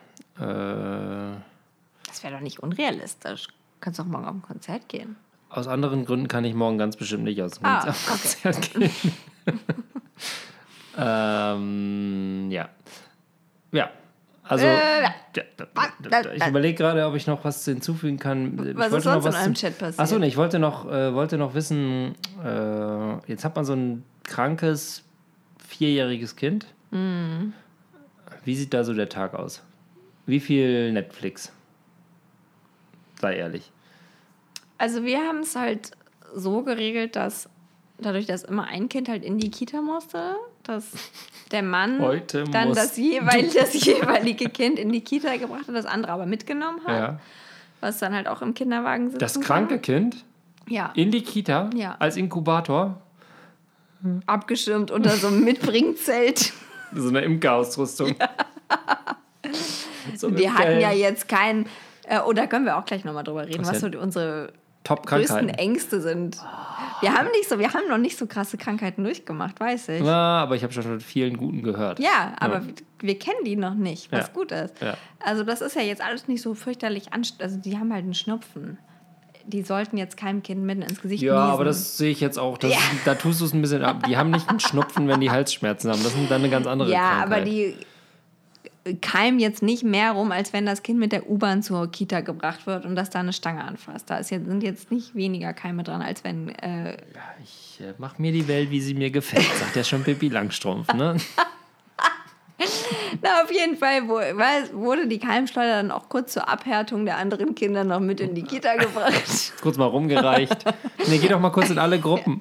Das wäre doch nicht unrealistisch. Kannst doch morgen auf ein Konzert gehen. Aus anderen Gründen kann ich morgen ganz bestimmt nicht auf ein Konzert gehen. Ja. Ja. Also, ich überlege gerade, ob ich noch was hinzufügen kann. Was ist sonst in eurem Chat passiert? Achso, ich wollte noch wissen, jetzt hat man so ein krankes 4-jähriges Kind. Mhm. Wie sieht da so der Tag aus? Wie viel Netflix? Sei ehrlich. Also wir haben es halt so geregelt, dass dadurch, dass immer ein Kind halt in die Kita musste, dass der Mann dann das jeweilige Kind in die Kita gebracht hat, das andere aber mitgenommen hat. Ja. Was dann halt auch im Kinderwagen sitzt. Das kranke Kind? Ja. In die Kita? Ja. Als Inkubator? Abgeschirmt unter so einem Mitbringzelt. So eine Imkerausrüstung. Ja. So wir hatten ja jetzt keinen... da können wir auch gleich nochmal drüber reden, was so unsere größten Ängste sind. Wir haben noch nicht so krasse Krankheiten durchgemacht, weiß ich. Ja, aber ich habe schon von vielen guten gehört. Ja, aber wir kennen die noch nicht, was gut ist. Ja. Also das ist ja jetzt alles nicht so fürchterlich also die haben halt einen Schnupfen. Die sollten jetzt keinem Kind mitten ins Gesicht niesen. Ja, aber das sehe ich jetzt auch. Da tust du es ein bisschen ab. Die haben nicht einen Schnupfen, wenn die Halsschmerzen haben. Das sind dann eine ganz andere Krankheit. Ja, aber die keimen jetzt nicht mehr rum, als wenn das Kind mit der U-Bahn zur Kita gebracht wird und das da eine Stange anfasst. Da sind jetzt nicht weniger Keime dran, als wenn... ich mache mir die Welt, wie sie mir gefällt, sagt ja schon Pippi Langstrumpf, ne? Na, auf jeden Fall wurde die Keimschleuder dann auch kurz zur Abhärtung der anderen Kinder noch mit in die Kita gebracht. Kurz mal rumgereicht. Nee, geh doch mal kurz in alle Gruppen.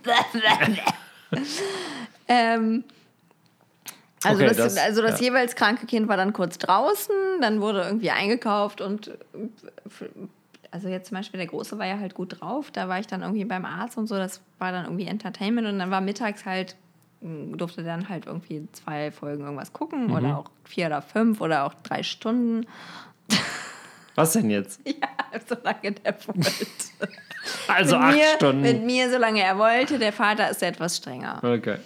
Das jeweils kranke Kind war dann kurz draußen, dann wurde irgendwie eingekauft und also jetzt zum Beispiel der Große war ja halt gut drauf, da war ich dann irgendwie beim Arzt und so, das war dann irgendwie Entertainment und dann war mittags halt, durfte dann halt irgendwie 2 Folgen irgendwas gucken oder auch 4 oder 5 oder auch 3 Stunden. Was denn jetzt? Ja, solange der wollte. Also 8 Stunden. Mit mir, solange er wollte, der Vater ist etwas strenger. Okay.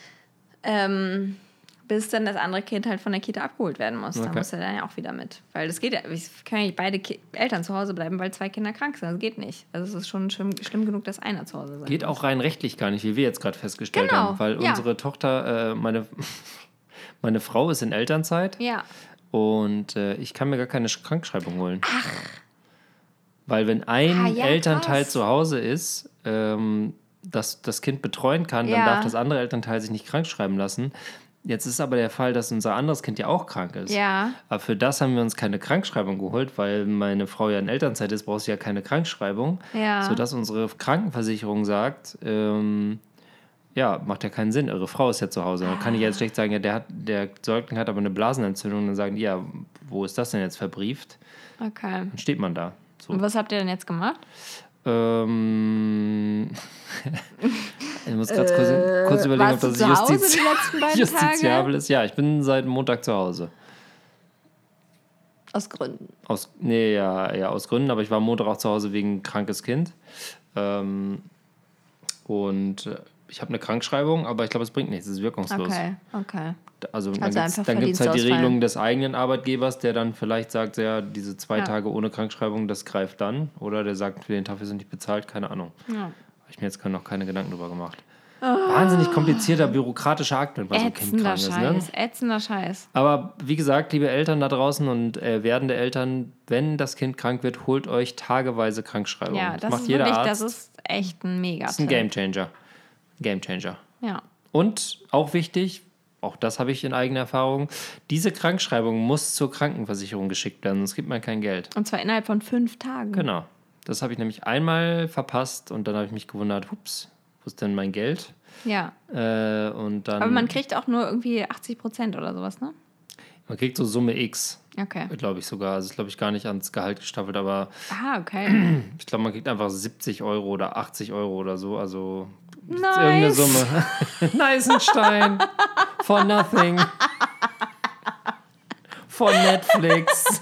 Bis dann das andere Kind halt von der Kita abgeholt werden muss. Da muss er dann ja auch wieder mit. Weil das geht ja, es können ja nicht beide Eltern zu Hause bleiben, weil 2 Kinder krank sind. Das geht nicht. Also es ist schon schlimm genug, dass einer zu Hause sein Geht muss. Auch rein rechtlich gar nicht, wie wir jetzt gerade festgestellt haben. Weil unsere Tochter, meine Frau ist in Elternzeit. Ja. Und ich kann mir gar keine Krankschreibung holen. Ach. Weil wenn ein Elternteil zu Hause ist, das Kind betreuen kann, dann darf das andere Elternteil sich nicht krank schreiben lassen. Jetzt ist aber der Fall, dass unser anderes Kind ja auch krank ist. Ja. Aber für das haben wir uns keine Krankschreibung geholt, weil meine Frau ja in Elternzeit ist, braucht sie ja keine Krankschreibung. Ja. Sodass unsere Krankenversicherung sagt, macht ja keinen Sinn, eure Frau ist ja zu Hause. Dann kann ich jetzt schlecht sagen, ja, der Säugling hat aber eine Blasenentzündung. Dann sagen die, ja, wo ist das denn jetzt verbrieft? Okay. Dann steht man da. So. Und was habt ihr denn jetzt gemacht? Ich muss gerade kurz überlegen, ob das justiziabel ist. Ja, ich bin seit Montag zu Hause. Aus Gründen? Aus Gründen, aber ich war Montag auch zu Hause wegen krankes Kind. Und ich habe eine Krankschreibung, aber ich glaube, es bringt nichts, es ist wirkungslos. Okay. Also dann gibt es halt die Regelung des eigenen Arbeitgebers, der dann vielleicht sagt, ja, diese 2 Tage ohne Krankschreibung, das greift dann. Oder der sagt, für den Tag sind nicht bezahlt, keine Ahnung. Ja. Habe ich mir jetzt noch keine Gedanken drüber gemacht. Wahnsinnig komplizierter, bürokratischer Akt, wenn man so ein Kind krank ist. Ne? Ätzender Scheiß. Aber wie gesagt, liebe Eltern da draußen und werdende Eltern, wenn das Kind krank wird, holt euch tageweise Krankschreibung. Ja, das ist echt ein Mega-Tipp. Das ist ein Gamechanger. Ja. Und auch wichtig, auch das habe ich in eigener Erfahrung, diese Krankschreibung muss zur Krankenversicherung geschickt werden, sonst gibt man kein Geld. Und zwar innerhalb von 5 Tagen. Genau. Das habe ich nämlich einmal verpasst und dann habe ich mich gewundert, hups, wo ist denn mein Geld? Ja. Und dann, aber man kriegt auch nur irgendwie 80% oder sowas, ne? Man kriegt so Summe X. Okay. Glaube ich sogar. Also ist, glaube ich, gar nicht ans Gehalt gestaffelt, aber okay. Ich glaube, man kriegt einfach 70 Euro oder 80 Euro oder so. Also nice. Irgendeine Summe. Neisenstein. For nothing. Von Netflix.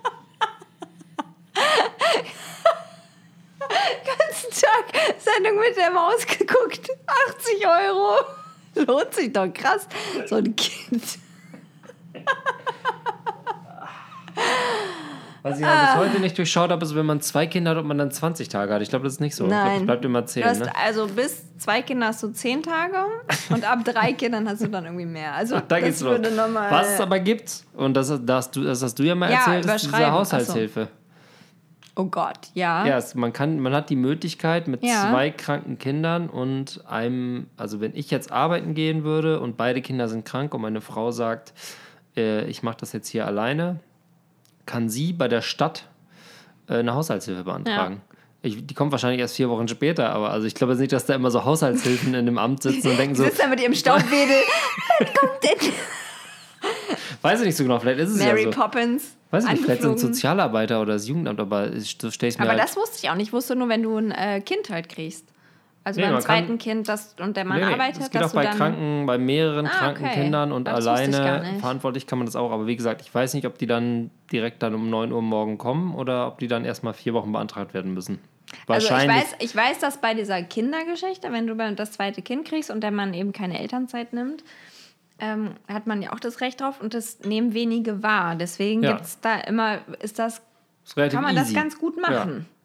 Ganzen Tag Sendung mit der Maus geguckt. 80 Euro. Lohnt sich doch krass. So ein Kind. Was ich bis heute nicht durchschaut habe, ist, wenn man 2 Kinder hat, ob man dann 20 Tage hat. Ich glaube, das ist nicht so. Nein. Ich glaube, es bleibt immer 10. Du hast, also bis 2 Kinder hast du 10 Tage und ab 3 Kindern hast du dann irgendwie mehr. Also da geht's los. Was es aber gibt, und das hast du ja mal erzählt, ist diese Haushaltshilfe. Oh Gott, ja. Ja, man hat die Möglichkeit mit 2 kranken Kindern und einem, also wenn ich jetzt arbeiten gehen würde und beide Kinder sind krank und meine Frau sagt, ich mache das jetzt hier alleine, kann sie bei der Stadt eine Haushaltshilfe beantragen. Ja. Die kommt wahrscheinlich erst 4 Wochen später, aber also ich glaube jetzt nicht, dass da immer so Haushaltshilfen in dem Amt sitzen und denken so... Sitzt da mit ihrem Staubwedel. Was kommt denn? Weiß ich nicht so genau, vielleicht ist es Mary ja so. Poppins. Weiß ich nicht, vielleicht sind Sozialarbeiter oder das Jugendamt, aber so stelle ich mir das wusste ich auch nicht. Ich wusste nur, wenn du ein Kind halt kriegst. Also beim zweiten Kind und der Mann arbeitet. Das geht auch bei mehreren kranken Kindern und alleine verantwortlich kann man das auch. Aber wie gesagt, ich weiß nicht, ob die dann direkt dann um 9 Uhr morgen kommen oder ob die dann erstmal 4 Wochen beantragt werden müssen. Wahrscheinlich. Also ich weiß, dass bei dieser Kindergeschichte, wenn du das zweite Kind kriegst und der Mann eben keine Elternzeit nimmt, hat man ja auch das Recht drauf und das nehmen wenige wahr. Deswegen gibt es da immer, kann man das ganz gut machen. Ja.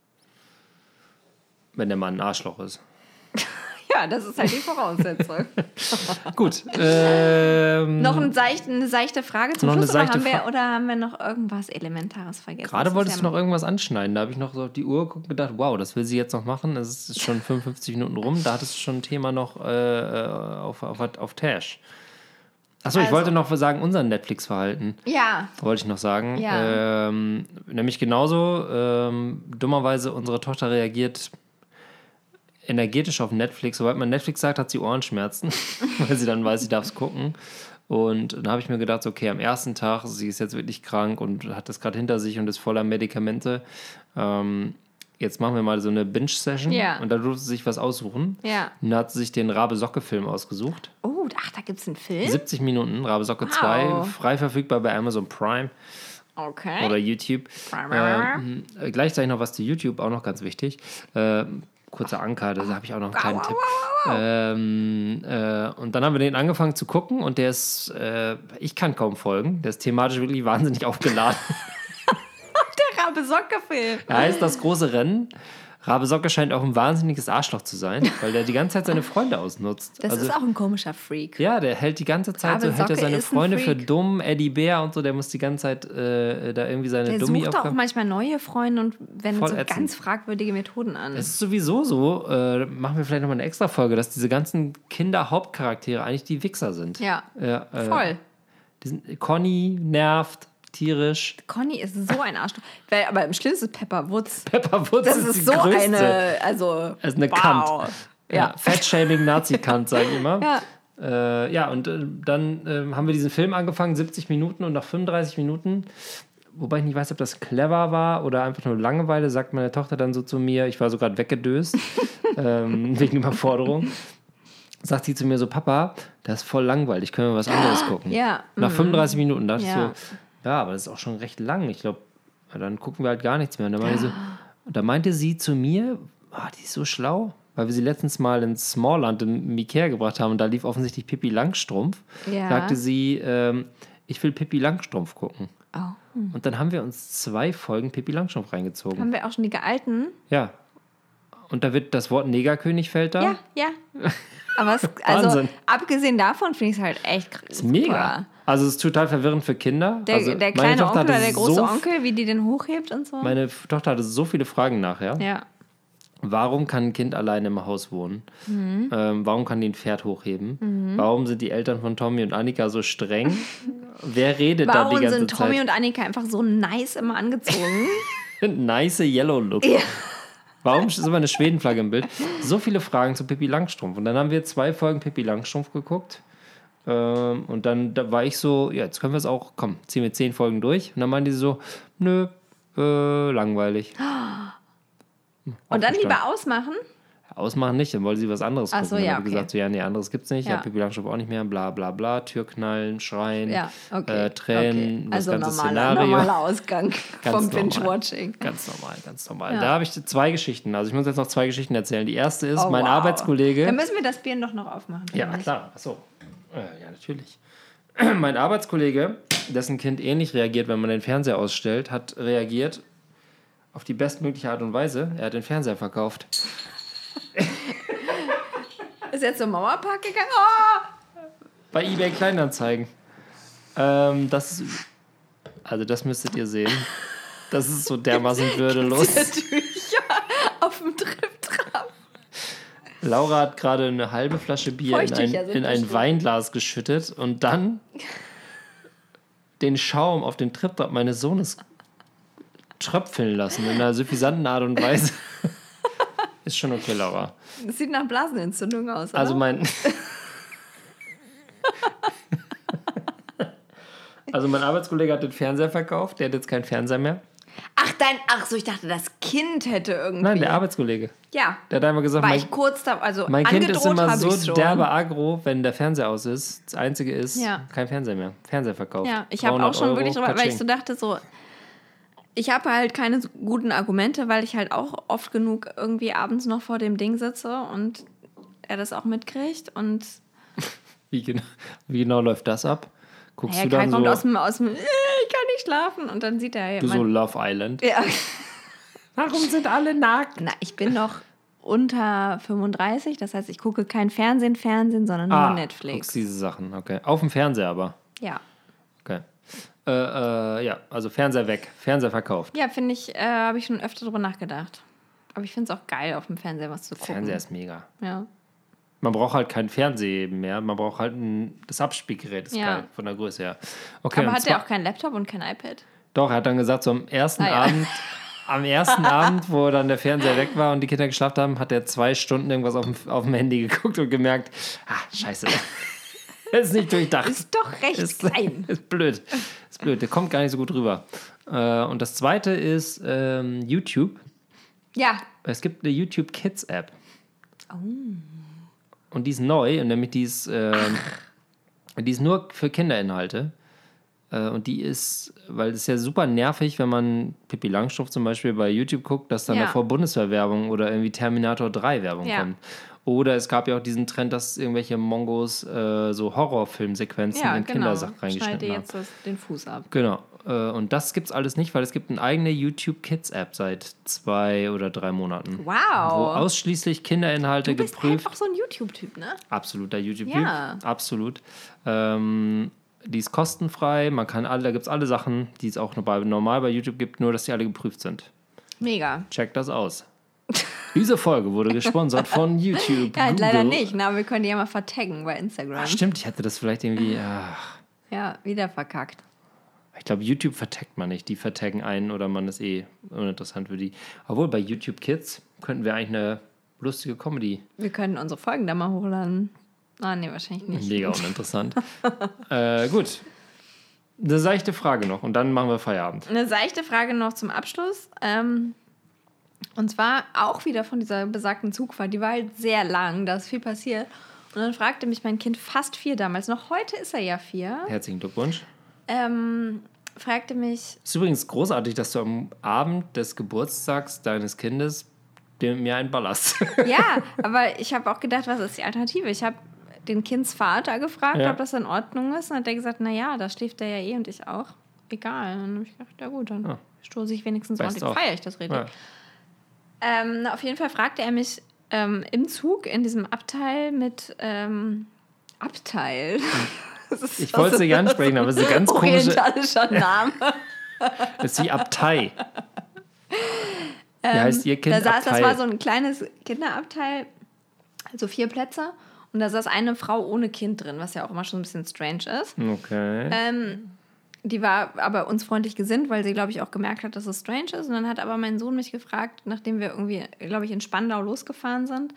Wenn der Mann ein Arschloch ist. Ja, das ist halt die Voraussetzung. Gut. Noch eine seichte Frage zum Schluss oder haben wir noch irgendwas Elementares vergessen? Gerade wolltest du noch irgendwas anschneiden. Da habe ich noch so auf die Uhr geguckt und gedacht, wow, das will sie jetzt noch machen. Es ist schon 55 Minuten rum. Da hattest du schon ein Thema noch auf Tash. Achso, ich wollte noch sagen, unser Netflix-Verhalten. Ja. Wollte ich noch sagen. Ja. Nämlich genauso. Dummerweise, unsere Tochter reagiert energetisch auf Netflix. Sobald man Netflix sagt, hat sie Ohrenschmerzen, weil sie dann weiß, sie darf es gucken. Und dann habe ich mir gedacht, okay, am ersten Tag, sie ist jetzt wirklich krank und hat das gerade hinter sich und ist voller Medikamente. Jetzt machen wir mal so eine Binge-Session. Ja. Und da durfte sie sich was aussuchen. Ja. Und dann hat sie sich den Rabe-Socke-Film ausgesucht. Oh, da gibt es einen Film? 70 Minuten, Rabe-Socke 2, frei verfügbar bei Amazon Prime. Okay. Oder YouTube. Gleichzeitig noch was zu YouTube, auch noch ganz wichtig. Kurzer Anker, da habe ich auch noch einen kleinen Tipp. Und dann haben wir den angefangen zu gucken und der ist, ich kann kaum folgen, der ist thematisch wirklich wahnsinnig aufgeladen. Der Rabe-Socke-Film. Er heißt Das große Rennen. Rabe-Socke scheint auch ein wahnsinniges Arschloch zu sein, weil der die ganze Zeit seine Freunde ausnutzt. Das ist auch ein komischer Freak. Ja, der hält die ganze Zeit hält er seine Freunde für dumm, Eddie Bär und so, der muss die ganze Zeit da irgendwie seine Dummi aufgaben. Der sucht auch manchmal neue Freunde und wendet so ganz fragwürdige Methoden an. Es ist sowieso so, machen wir vielleicht nochmal eine extra Folge, dass diese ganzen Kinder-Hauptcharaktere eigentlich die Wichser sind. Ja, voll. Conny nervt. Tierisch. Conny ist so ein Arschloch. Aber im Schlimmsten ist Pepper Woods. Pepper Woods das ist so größte. eine Kant. Ja. Fat-Shaming Nazi-Kant, sage ich immer. Ja. Und dann haben wir diesen Film angefangen, 70 Minuten und nach 35 Minuten, wobei ich nicht weiß, ob das clever war oder einfach nur Langeweile, sagt meine Tochter dann so zu mir, ich war so gerade weggedöst, wegen Überforderung. Sagt sie zu mir so, Papa, das ist voll langweilig, können wir was anderes gucken. Ja. Nach 35 Minuten dachte ich so, ja, aber das ist auch schon recht lang. Ich glaube, dann gucken wir halt gar nichts mehr. Und da meinte sie zu mir, die ist so schlau, weil wir sie letztens mal ins Smallland im Ikea gebracht haben und da lief offensichtlich Pippi Langstrumpf. Ja. Sagte sie, ich will Pippi Langstrumpf gucken. Oh. Und dann haben wir uns 2 Folgen Pippi Langstrumpf reingezogen. Haben wir auch schon die alten? Ja. Und da wird das Wort Negerkönig fällt da. Ja. Aber abgesehen davon finde ich es halt echt krass. Ist mega. Also es ist total verwirrend für Kinder. Der kleine Onkel oder der große Onkel, wie die den hochhebt und so. Meine Tochter hatte so viele Fragen nachher. Ja. Warum kann ein Kind alleine im Haus wohnen? Mhm. Warum kann die ein Pferd hochheben? Mhm. Warum sind die Eltern von Tommy und Annika so streng? Wer redet da die ganze Zeit? Warum sind Tommy und Annika einfach so nice immer angezogen? Nice Yellow Look. Ja. Warum ist immer eine Schwedenflagge im Bild? So viele Fragen zu Pippi Langstrumpf. Und dann haben wir 2 Folgen Pippi Langstrumpf geguckt. Und dann da war ich so, ja, jetzt können wir es auch, komm, ziehen wir 10 Folgen durch. Und dann meinen die so, nö, langweilig. Und dann lieber ausmachen? Ausmachen nicht, dann wollte sie was anderes gucken. So, ja, dann habe ich gesagt, so, ja, nee, anderes gibt's nicht. Ja, Pippi Langstrumpf auch nicht mehr, bla bla bla, Türknallen, Schreien, Tränen, das ganze Szenario. Normaler Ausgang vom Binge-Watching. Ganz normal. Ja. Da habe ich 2 Geschichten. Also ich muss jetzt noch 2 Geschichten erzählen. Die erste ist, mein Arbeitskollege... Dann müssen wir das Bier doch noch aufmachen. Ja, klar. Achso. Ja, natürlich. Mein Arbeitskollege dessen Kind ähnlich reagiert, wenn man den Fernseher ausstellt, hat reagiert auf die bestmögliche Art und Weise. Er hat den Fernseher verkauft. Ist jetzt zum Mauerpark gegangen? Oh! Bei eBay Kleinanzeigen. Das müsstet ihr sehen. Das ist so dermaßen würdelos. Tücher auf dem Trip-Trap. Laura hat gerade eine halbe Flasche Bier in ein Weinglas geschüttet und dann den Schaum auf den Trip-Trap meines Sohnes tröpfeln lassen in einer suffisanten Art und Weise. Ist schon okay, Laura. Das sieht nach Blasenentzündung aus, oder? Also mein Arbeitskollege hat den Fernseher verkauft, der hat jetzt keinen Fernseher mehr. Ach so, ich dachte, das Kind hätte irgendwie... Nein, der Arbeitskollege. Ja. Der hat einfach gesagt, mein Kind ist immer so derbe aggro, wenn der Fernseher aus ist. Das Einzige ist, kein Fernseher mehr. Fernseher verkauft. Ja, ich habe auch schon wirklich drüber, weil ich so dachte, ich habe halt keine guten Argumente, weil ich halt auch oft genug irgendwie abends noch vor dem Ding sitze und er das auch mitkriegt und... Wie genau läuft das ab? Guckst du dann kommt aus dem ich kann nicht schlafen und dann sieht er... Du so Love Island? Ja. Warum sind alle nackt? Na, ich bin noch unter 35, das heißt, ich gucke kein Fernsehen, sondern nur Netflix. Guckst diese Sachen, okay. Auf dem Fernseher aber? Ja. Okay. Also Fernseher weg, Fernseher verkauft. Ja, finde ich, habe ich schon öfter drüber nachgedacht. Aber ich finde es auch geil, auf dem Fernseher was zu gucken. Fernseher ist mega. Ja. Man braucht halt kein Fernsehen mehr, man braucht halt das Abspielgerät, ist geil, von der Größe her. Okay, aber hat er auch keinen Laptop und kein iPad? Doch, er hat dann gesagt, so am ersten Abend, wo dann der Fernseher weg war und die Kinder geschlafen haben, hat er 2 Stunden irgendwas auf dem Handy geguckt und gemerkt, scheiße, das ist nicht durchdacht. Ist doch recht klein. Ist blöd, der kommt gar nicht so gut rüber. Und das Zweite ist YouTube. Ja. Es gibt eine YouTube Kids App. Oh. Und die ist neu, und damit die ist nur für Kinderinhalte. Und die ist, weil es ist ja super nervig, wenn man Pippi Langstrumpf zum Beispiel bei YouTube guckt, dass dann davor Bundeswehr-Werbung oder irgendwie Terminator 3-Werbung kommt. Oder es gab ja auch diesen Trend, dass irgendwelche Mongos so Horrorfilmsequenzen in Kindersachen reingeschnitten haben. Schneide jetzt den Fuß ab. Genau. Und das gibt's alles nicht, weil es gibt eine eigene YouTube Kids App seit 2 oder 3 Monaten. Wow. Wo ausschließlich Kinderinhalte geprüft. Du bist einfach so ein YouTube-Typ, ne? Absoluter YouTube-Typ. Ja. Absolut. Die ist kostenfrei, da gibt's alle Sachen, die es auch normal bei YouTube gibt, nur dass die alle geprüft sind. Mega. Check das aus. Diese Folge wurde gesponsert von YouTube. Ja, leider nicht, aber wir können die ja mal vertaggen bei Instagram. Stimmt, ich hatte das vielleicht irgendwie... Ja, wieder verkackt. Ich glaube, YouTube vertaggt man nicht. Die vertaggen einen oder man ist uninteressant für die. Obwohl, bei YouTube Kids könnten wir eigentlich eine lustige Comedy... Wir können unsere Folgen da mal hochladen. Nee, wahrscheinlich nicht. Mega uninteressant. Gut. Eine seichte Frage noch und dann machen wir Feierabend. Eine seichte Frage noch zum Abschluss. Und zwar auch wieder von dieser besagten Zugfahrt. Die war halt sehr lang, da ist viel passiert. Und dann fragte mich mein Kind, fast 4 damals, noch heute ist er ja 4. Herzlichen Glückwunsch. Fragte mich... Es ist übrigens großartig, dass du am Abend des Geburtstags deines Kindes mir einen ballerst. Ja, aber ich habe auch gedacht, was ist die Alternative? Ich habe den Kindsvater gefragt, ob das in Ordnung ist. Und hat der gesagt, naja, da schläft der ja und ich auch. Egal. Und dann habe ich gedacht, ja gut, dann stoße ich wenigstens ordentlich, feiere ich das richtig. Ja. Auf jeden Fall fragte er mich im Zug, in diesem Abteil mit Abteil. Ich wollte es nicht ansprechen, aber es ist ein ganz orientalischer Name. Es ist wie Abtei. Wie heißt ihr Kind? Das war so ein kleines Kinderabteil, also 4 Plätze. Und da saß eine Frau ohne Kind drin, was ja auch immer schon ein bisschen strange ist. Okay. Die war aber uns freundlich gesinnt, weil sie, glaube ich, auch gemerkt hat, dass es strange ist. Und dann hat aber mein Sohn mich gefragt, nachdem wir irgendwie, glaube ich, in Spandau losgefahren sind,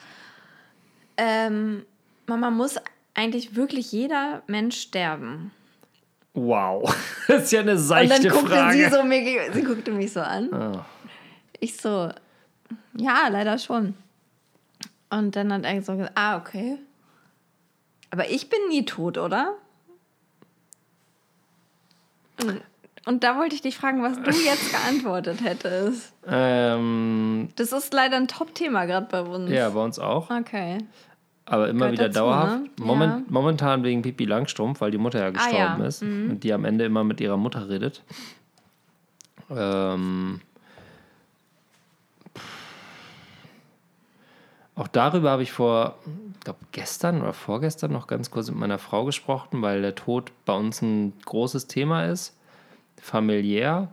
Mama, muss eigentlich wirklich jeder Mensch sterben? Wow, das ist ja eine seichte Frage. Sie guckte mich so an. Oh. Ich so, ja, leider schon. Und dann hat er so gesagt, okay. Aber ich bin nie tot, oder? Und da wollte ich dich fragen, was du jetzt geantwortet hättest. Das ist leider ein Top-Thema gerade bei uns. Ja, bei uns auch. Okay. aber immer wieder dazu, dauerhaft. ne? Momentan wegen Pippi Langstrumpf, weil die Mutter ja gestorben ist und die am Ende immer mit ihrer Mutter redet. Auch darüber habe ich ich glaube gestern oder vorgestern noch ganz kurz mit meiner Frau gesprochen, weil der Tod bei uns ein großes Thema ist, familiär.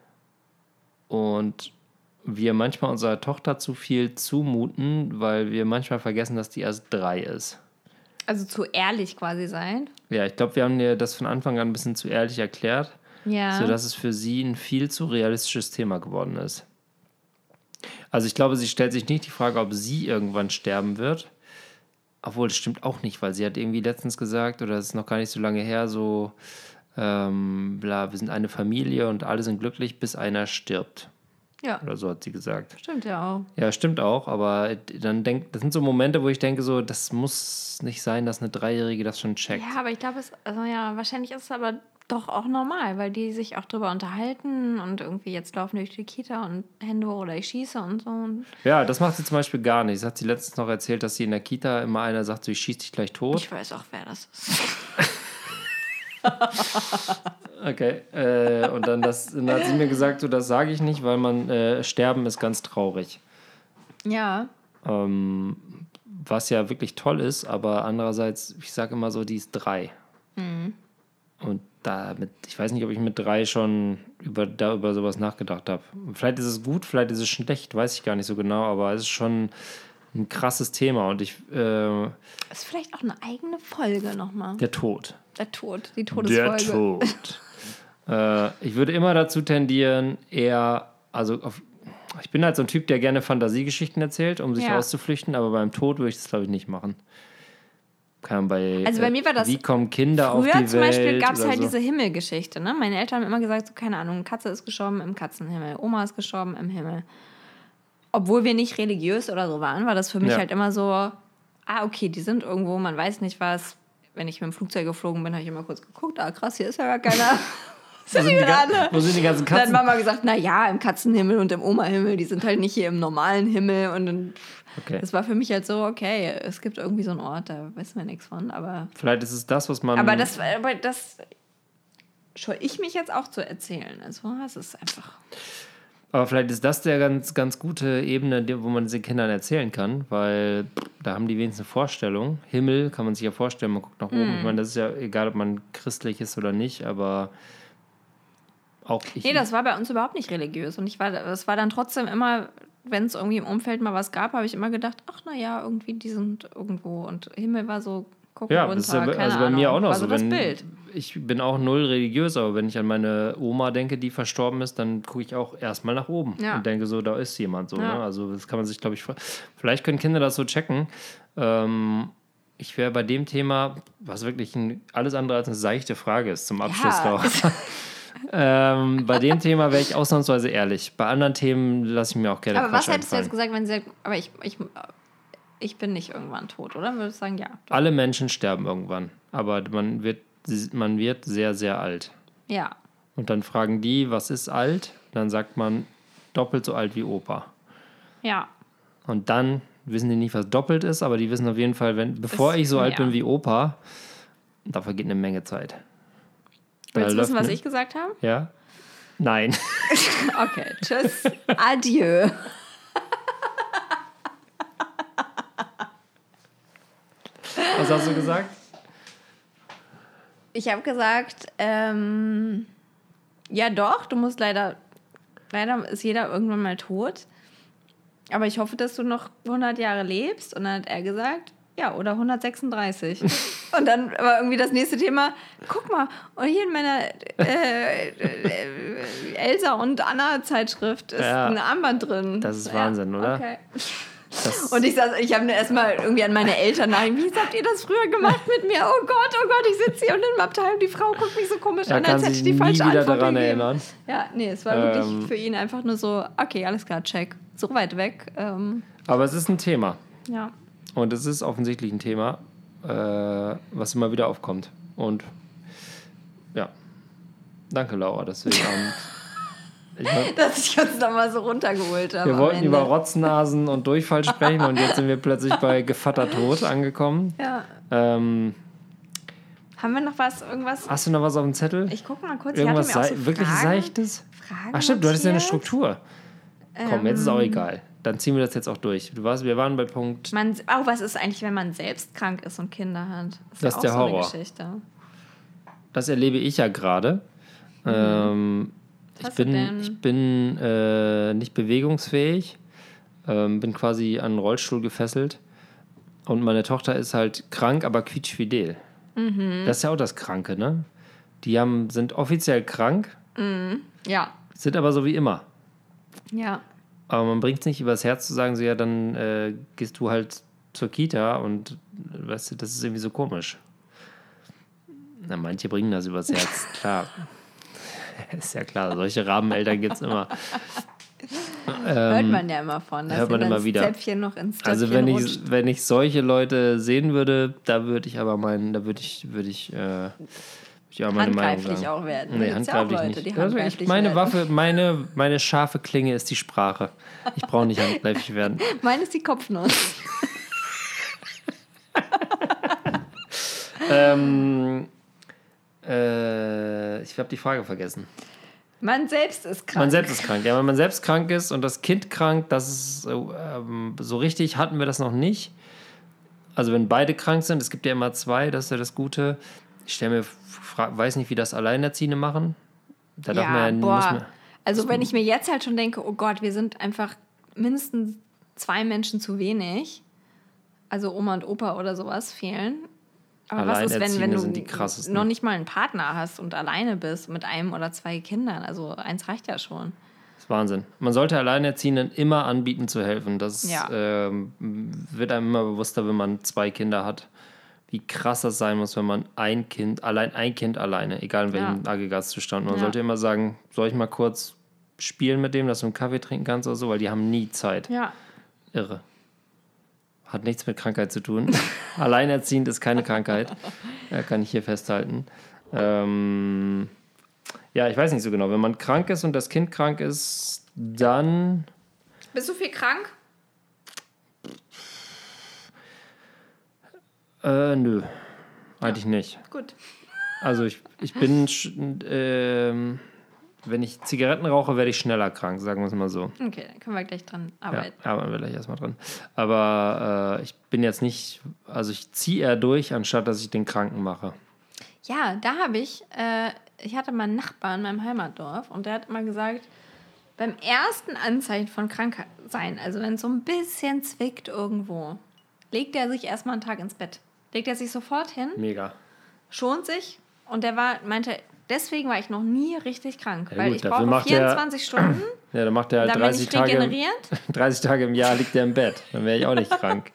Und wir manchmal unserer Tochter zu viel zumuten, weil wir manchmal vergessen, dass die erst 3 ist. Also zu ehrlich quasi sein. Ja, ich glaube, wir haben dir das von Anfang an ein bisschen zu ehrlich erklärt, sodass es für sie ein viel zu realistisches Thema geworden ist. Also ich glaube, sie stellt sich nicht die Frage, ob sie irgendwann sterben wird. Obwohl, das stimmt auch nicht, weil sie hat irgendwie letztens gesagt, oder es ist noch gar nicht so lange her, so, wir sind eine Familie und alle sind glücklich, bis einer stirbt. Ja. Oder so hat sie gesagt. Stimmt ja auch. Ja, stimmt auch, aber dann das sind so Momente, wo ich denke, so, das muss nicht sein, dass eine 3-Jährige das schon checkt. Ja, aber ich glaube, wahrscheinlich ist es aber doch auch normal, weil die sich auch drüber unterhalten und irgendwie jetzt laufen durch die Kita und Hände hoch oder ich schieße und so. Ja, das macht sie zum Beispiel gar nicht. Das hat sie letztens noch erzählt, dass sie in der Kita immer einer sagt, so, ich schieß dich gleich tot. Ich weiß auch, wer das ist. Okay, und dann hat sie mir gesagt, so, das sage ich nicht, weil sterben ist ganz traurig. Ja. Was ja wirklich toll ist, aber andererseits, ich sage immer so, die ist 3. Mhm. Und ich weiß nicht, ob ich mit 3 schon über sowas nachgedacht habe. Vielleicht ist es gut, vielleicht ist es schlecht, weiß ich gar nicht so genau, aber es ist schon ein krasses Thema und das ist vielleicht auch eine eigene Folge nochmal. Der Tod. Der Tod, die Todesfolge. Der Tod. Ich würde immer dazu tendieren, ich bin halt so ein Typ, der gerne Fantasiegeschichten erzählt, um sich auszuflüchten, aber beim Tod würde ich das, glaube ich, nicht machen. Also bei mir war das wie kommen Kinder auf die früher Welt? Zum Beispiel gab es halt so. diese Himmelgeschichte. Ne? Meine Eltern haben immer gesagt, so, keine Ahnung, Katze ist gestorben im Katzenhimmel, Oma ist gestorben im Himmel. Obwohl wir nicht religiös oder so waren, war das für mich halt immer so, okay, die sind irgendwo, man weiß nicht was. Wenn ich mit dem Flugzeug geflogen bin, habe ich immer kurz geguckt, krass, hier ist ja gar keiner. Wo sind die ganzen Katzen? Dann Mama gesagt, im Katzenhimmel und im Oma-Himmel, die sind halt nicht hier im normalen Himmel. Und dann, das war für mich halt so, okay, es gibt irgendwie so einen Ort, da wissen wir nichts von. Aber vielleicht ist es das, was man... Aber das scheue ich mich jetzt auch zu erzählen. Also es ist einfach... Aber vielleicht ist das der ganz, ganz gute Ebene, wo man den Kindern erzählen kann, weil da haben die wenigstens eine Vorstellung. Himmel kann man sich ja vorstellen, man guckt nach oben. Ich meine, das ist ja egal, ob man christlich ist oder nicht, aber auch ich... Nee, das war bei uns überhaupt nicht religiös. Und das war dann trotzdem immer, wenn es irgendwie im Umfeld mal was gab, habe ich immer gedacht, irgendwie, die sind irgendwo. Und Himmel war so... Ja, runter, das ist also bei mir auch noch so. Das Bild. Ich bin auch 0 religiös, aber wenn ich an meine Oma denke, die verstorben ist, dann gucke ich auch erstmal nach oben und denke so, da ist jemand so. Ja. Ne? Also das kann man sich, glaube ich, vielleicht können Kinder das so checken. Ich wäre bei dem Thema, was wirklich alles andere als eine seichte Frage ist zum Abschluss. Bei dem Thema wäre ich ausnahmsweise ehrlich. Bei anderen Themen lasse ich mir auch gerne Aber Quatsch was hättest einfallen. du jetzt gesagt, wenn sie sagt, aber ich bin nicht irgendwann tot, oder? Würdest du sagen, ja? Doch. Alle Menschen sterben irgendwann, aber man wird sehr, sehr alt. Ja. Und dann fragen die, was ist alt? Dann sagt man, doppelt so alt wie Opa. Ja. Und dann wissen die nicht, was doppelt ist, aber die wissen auf jeden Fall, bevor ich so alt bin wie Opa, da vergeht eine Menge Zeit. Willst du wissen, was ich gesagt habe? Ja? Nein. Okay, tschüss. Adieu. Was hast du gesagt? Ich habe gesagt, ja doch, du musst leider ist jeder irgendwann mal tot. Aber ich hoffe, dass du noch 100 Jahre lebst. Und dann hat er gesagt, ja, oder 136. Und dann war irgendwie das nächste Thema, guck mal, und hier in meiner Elsa und Anna Zeitschrift ist ein Armband drin. Das ist Wahnsinn, oder? Okay. Und ich habe erstmal irgendwie an meine Eltern nach, wie habt ihr das früher gemacht mit mir? Oh Gott, ich sitze hier und im Abteil und die Frau guckt mich so komisch an, als hätte ich die falsche Antwort gegeben. Erinnern. Ja, nee, es war wirklich für ihn einfach nur so, okay, alles klar, check, so weit weg. Aber es ist ein Thema. Ja. Und es ist offensichtlich ein Thema, was immer wieder aufkommt. Und ja, danke Laura, dass du den Abend dass ich uns da mal so runtergeholt habe. Wir wollten über Rotznasen und Durchfall sprechen und jetzt sind wir plötzlich bei Gevattertod angekommen. Ja. Haben wir noch irgendwas? Hast du noch was auf dem Zettel? Ich gucke mal kurz. Irgendwas ich hatte mir auch so wirklich Seichtes? Ach stimmt, du hattest ja eine Struktur. Komm, jetzt ist auch egal. Dann ziehen wir das jetzt auch durch. Wir waren bei Punkt... was ist eigentlich, wenn man selbst krank ist und Kinder hat? Das ist der so Horror. Eine Geschichte. Das erlebe ich ja gerade. Ich bin nicht bewegungsfähig, bin quasi an einen Rollstuhl gefesselt und meine Tochter ist halt krank, aber quietschfidel. Das ist ja auch das Kranke, ne? Die sind offiziell krank, Ja. sind aber so wie immer. Ja. Aber man bringt es nicht übers Herz zu sagen, so ja, dann gehst du halt zur Kita und weißt du, das ist irgendwie so komisch. Na, manche bringen das übers Herz, klar. Ist ja klar, solche Rabeneltern gibt es immer. Hört man ja immer von, dass hört man immer wieder. Zäpfchen noch ins Stöpfchen Also wenn ich solche Leute sehen würde, da würde ich aber meine Meinung sagen. Handgreiflich auch werden. Nee, handgreiflich Leute, nicht. die handgreiflich meine werden. Waffe, meine scharfe Klinge ist die Sprache. Ich brauche nicht handgreiflich werden. Meine ist die Kopfnuss. Ich habe die Frage vergessen. Man selbst ist krank. Man selbst ist krank. Ja, wenn man selbst krank ist und das Kind krank, das ist so richtig hatten wir das noch nicht. Also wenn beide krank sind, es gibt ja immer zwei, das ist ja das Gute. Ich weiß nicht, wie das Alleinerziehende machen. Da darf man also wenn ich mir jetzt halt schon denke, oh Gott, wir sind einfach mindestens 2 Menschen zu wenig. Also Oma und Opa oder sowas fehlen. Aber was ist, wenn du noch nicht mal einen Partner hast und alleine bist mit 1 oder 2 Kindern? Also 1 reicht ja schon. Das ist Wahnsinn. Man sollte Alleinerziehenden immer anbieten zu helfen. Das wird einem immer bewusster, wenn man 2 Kinder hat. Wie krass das sein muss, wenn man ein Kind alleine, egal in welchem Aggregatzustand. Man sollte immer sagen, soll ich mal kurz spielen mit dem, dass du einen Kaffee trinken kannst oder so, weil die haben nie Zeit. Ja. Irre. Hat nichts mit Krankheit zu tun. Alleinerziehend ist keine Krankheit. Kann ich hier festhalten. Ich weiß nicht so genau. Wenn man krank ist und das Kind krank ist, dann... Bist du viel krank? Nö. Eigentlich nicht. Gut. Also ich bin... wenn ich Zigaretten rauche, werde ich schneller krank, sagen wir es mal so. Okay, dann können wir gleich dran arbeiten. Ja, arbeiten wir gleich erstmal dran. Aber ich bin jetzt nicht, also ich ziehe eher durch, anstatt dass ich den Kranken mache. Ja, da habe ich hatte mal einen Nachbarn in meinem Heimatdorf und der hat immer gesagt, beim ersten Anzeichen von Krankheit sein, also wenn es so ein bisschen zwickt irgendwo, legt er sich erstmal einen Tag ins Bett. Legt er sich sofort hin. Mega. Schont sich und meinte, deswegen war ich noch nie richtig krank, ja, weil gut, ich brauche 24 Stunden. Ja, dann macht er halt 30 Tage im Jahr liegt er im Bett. Dann wäre ich auch nicht krank.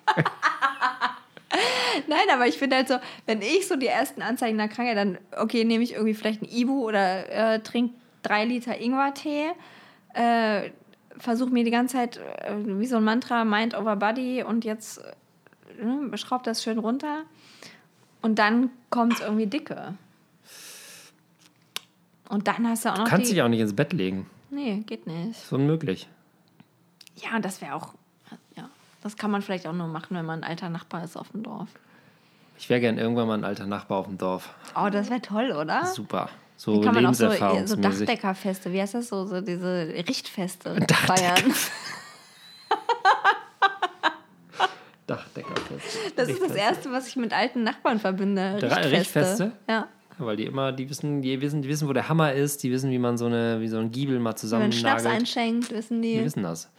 Nein, aber ich finde halt so, wenn ich so die ersten Anzeichen einer Krankheit, dann, okay, nehme ich irgendwie vielleicht ein Ibu oder trinke 3 Liter Ingwertee, versuche mir die ganze Zeit wie so ein Mantra, Mind over Body und jetzt schraub das schön runter und dann kommt es irgendwie dicke. Und dann hast du auch noch kannst dich auch nicht ins Bett legen. Nee, geht nicht. Das ist unmöglich. Ja, und das wäre auch... Ja, das kann man vielleicht auch nur machen, wenn man ein alter Nachbar ist auf dem Dorf. Ich wäre gern irgendwann mal ein alter Nachbar auf dem Dorf. Oh, das wäre toll, oder? Super. So kann man auch so lebenserfahrungsmäßig. Dachdeckerfeste, wie heißt das so diese Richtfeste feiern. Dachdeckerfeste. Das ist das Erste, was ich mit alten Nachbarn verbinde. Richtfeste? Ja. Weil die wissen, wo der Hammer ist, die wissen, wie man so ein Giebel mal zusammennagelt. Wenn man Schnaps einschenkt, wissen die. Die wissen das.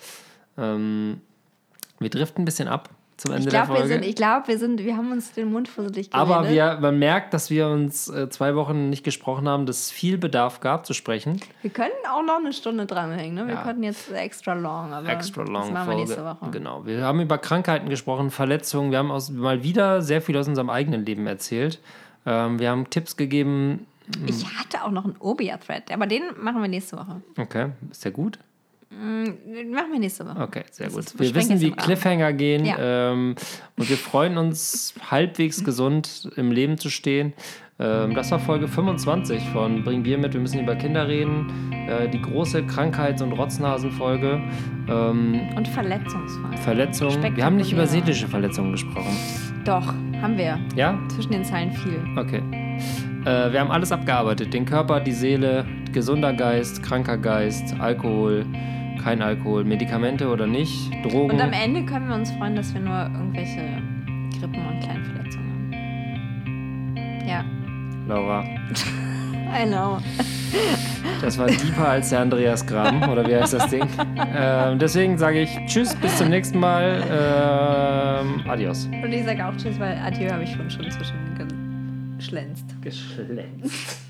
Wir driften ein bisschen ab zum Ende der Folge. Wir haben uns den Mund fusselig geredet. Aber man merkt, dass wir uns 2 Wochen nicht gesprochen haben, dass es viel Bedarf gab zu sprechen. Wir können auch noch eine Stunde dranhängen. Ne? Wir könnten jetzt extra long, aber das machen wir nächste Woche. Genau. Wir haben über Krankheiten gesprochen, Verletzungen. Wir haben mal wieder sehr viel aus unserem eigenen Leben erzählt. Wir haben Tipps gegeben. Ich hatte auch noch einen Obia-Thread, aber den machen wir nächste Woche. Okay, ist der gut? Machen wir nächste Woche. Okay, sehr gut. Wir wissen, wie Cliffhanger gehen und wir freuen uns, halbwegs gesund im Leben zu stehen. Das war Folge 25 von Bring Bier mit, wir müssen über Kinder reden. Die große Krankheits- und Rotznasen-Folge. Und Verletzungsfall. Verletzungen. Wir haben nicht über seelische Verletzungen gesprochen. Doch, haben wir. Ja? Zwischen den Zeilen viel. Okay. Wir haben alles abgearbeitet. Den Körper, die Seele, gesunder Geist, kranker Geist, Alkohol, kein Alkohol, Medikamente oder nicht, Drogen. Und am Ende können wir uns freuen, dass wir nur irgendwelche Grippen und kleinen Verletzungen haben. Ja. Laura. I know. Das war deeper als der Andreas Gramm, oder wie heißt das Ding? Deswegen sage ich Tschüss, bis zum nächsten Mal. Adios. Und ich sage auch Tschüss, weil Adieu habe ich schon zwischengeschlänzt. Geschlänzt.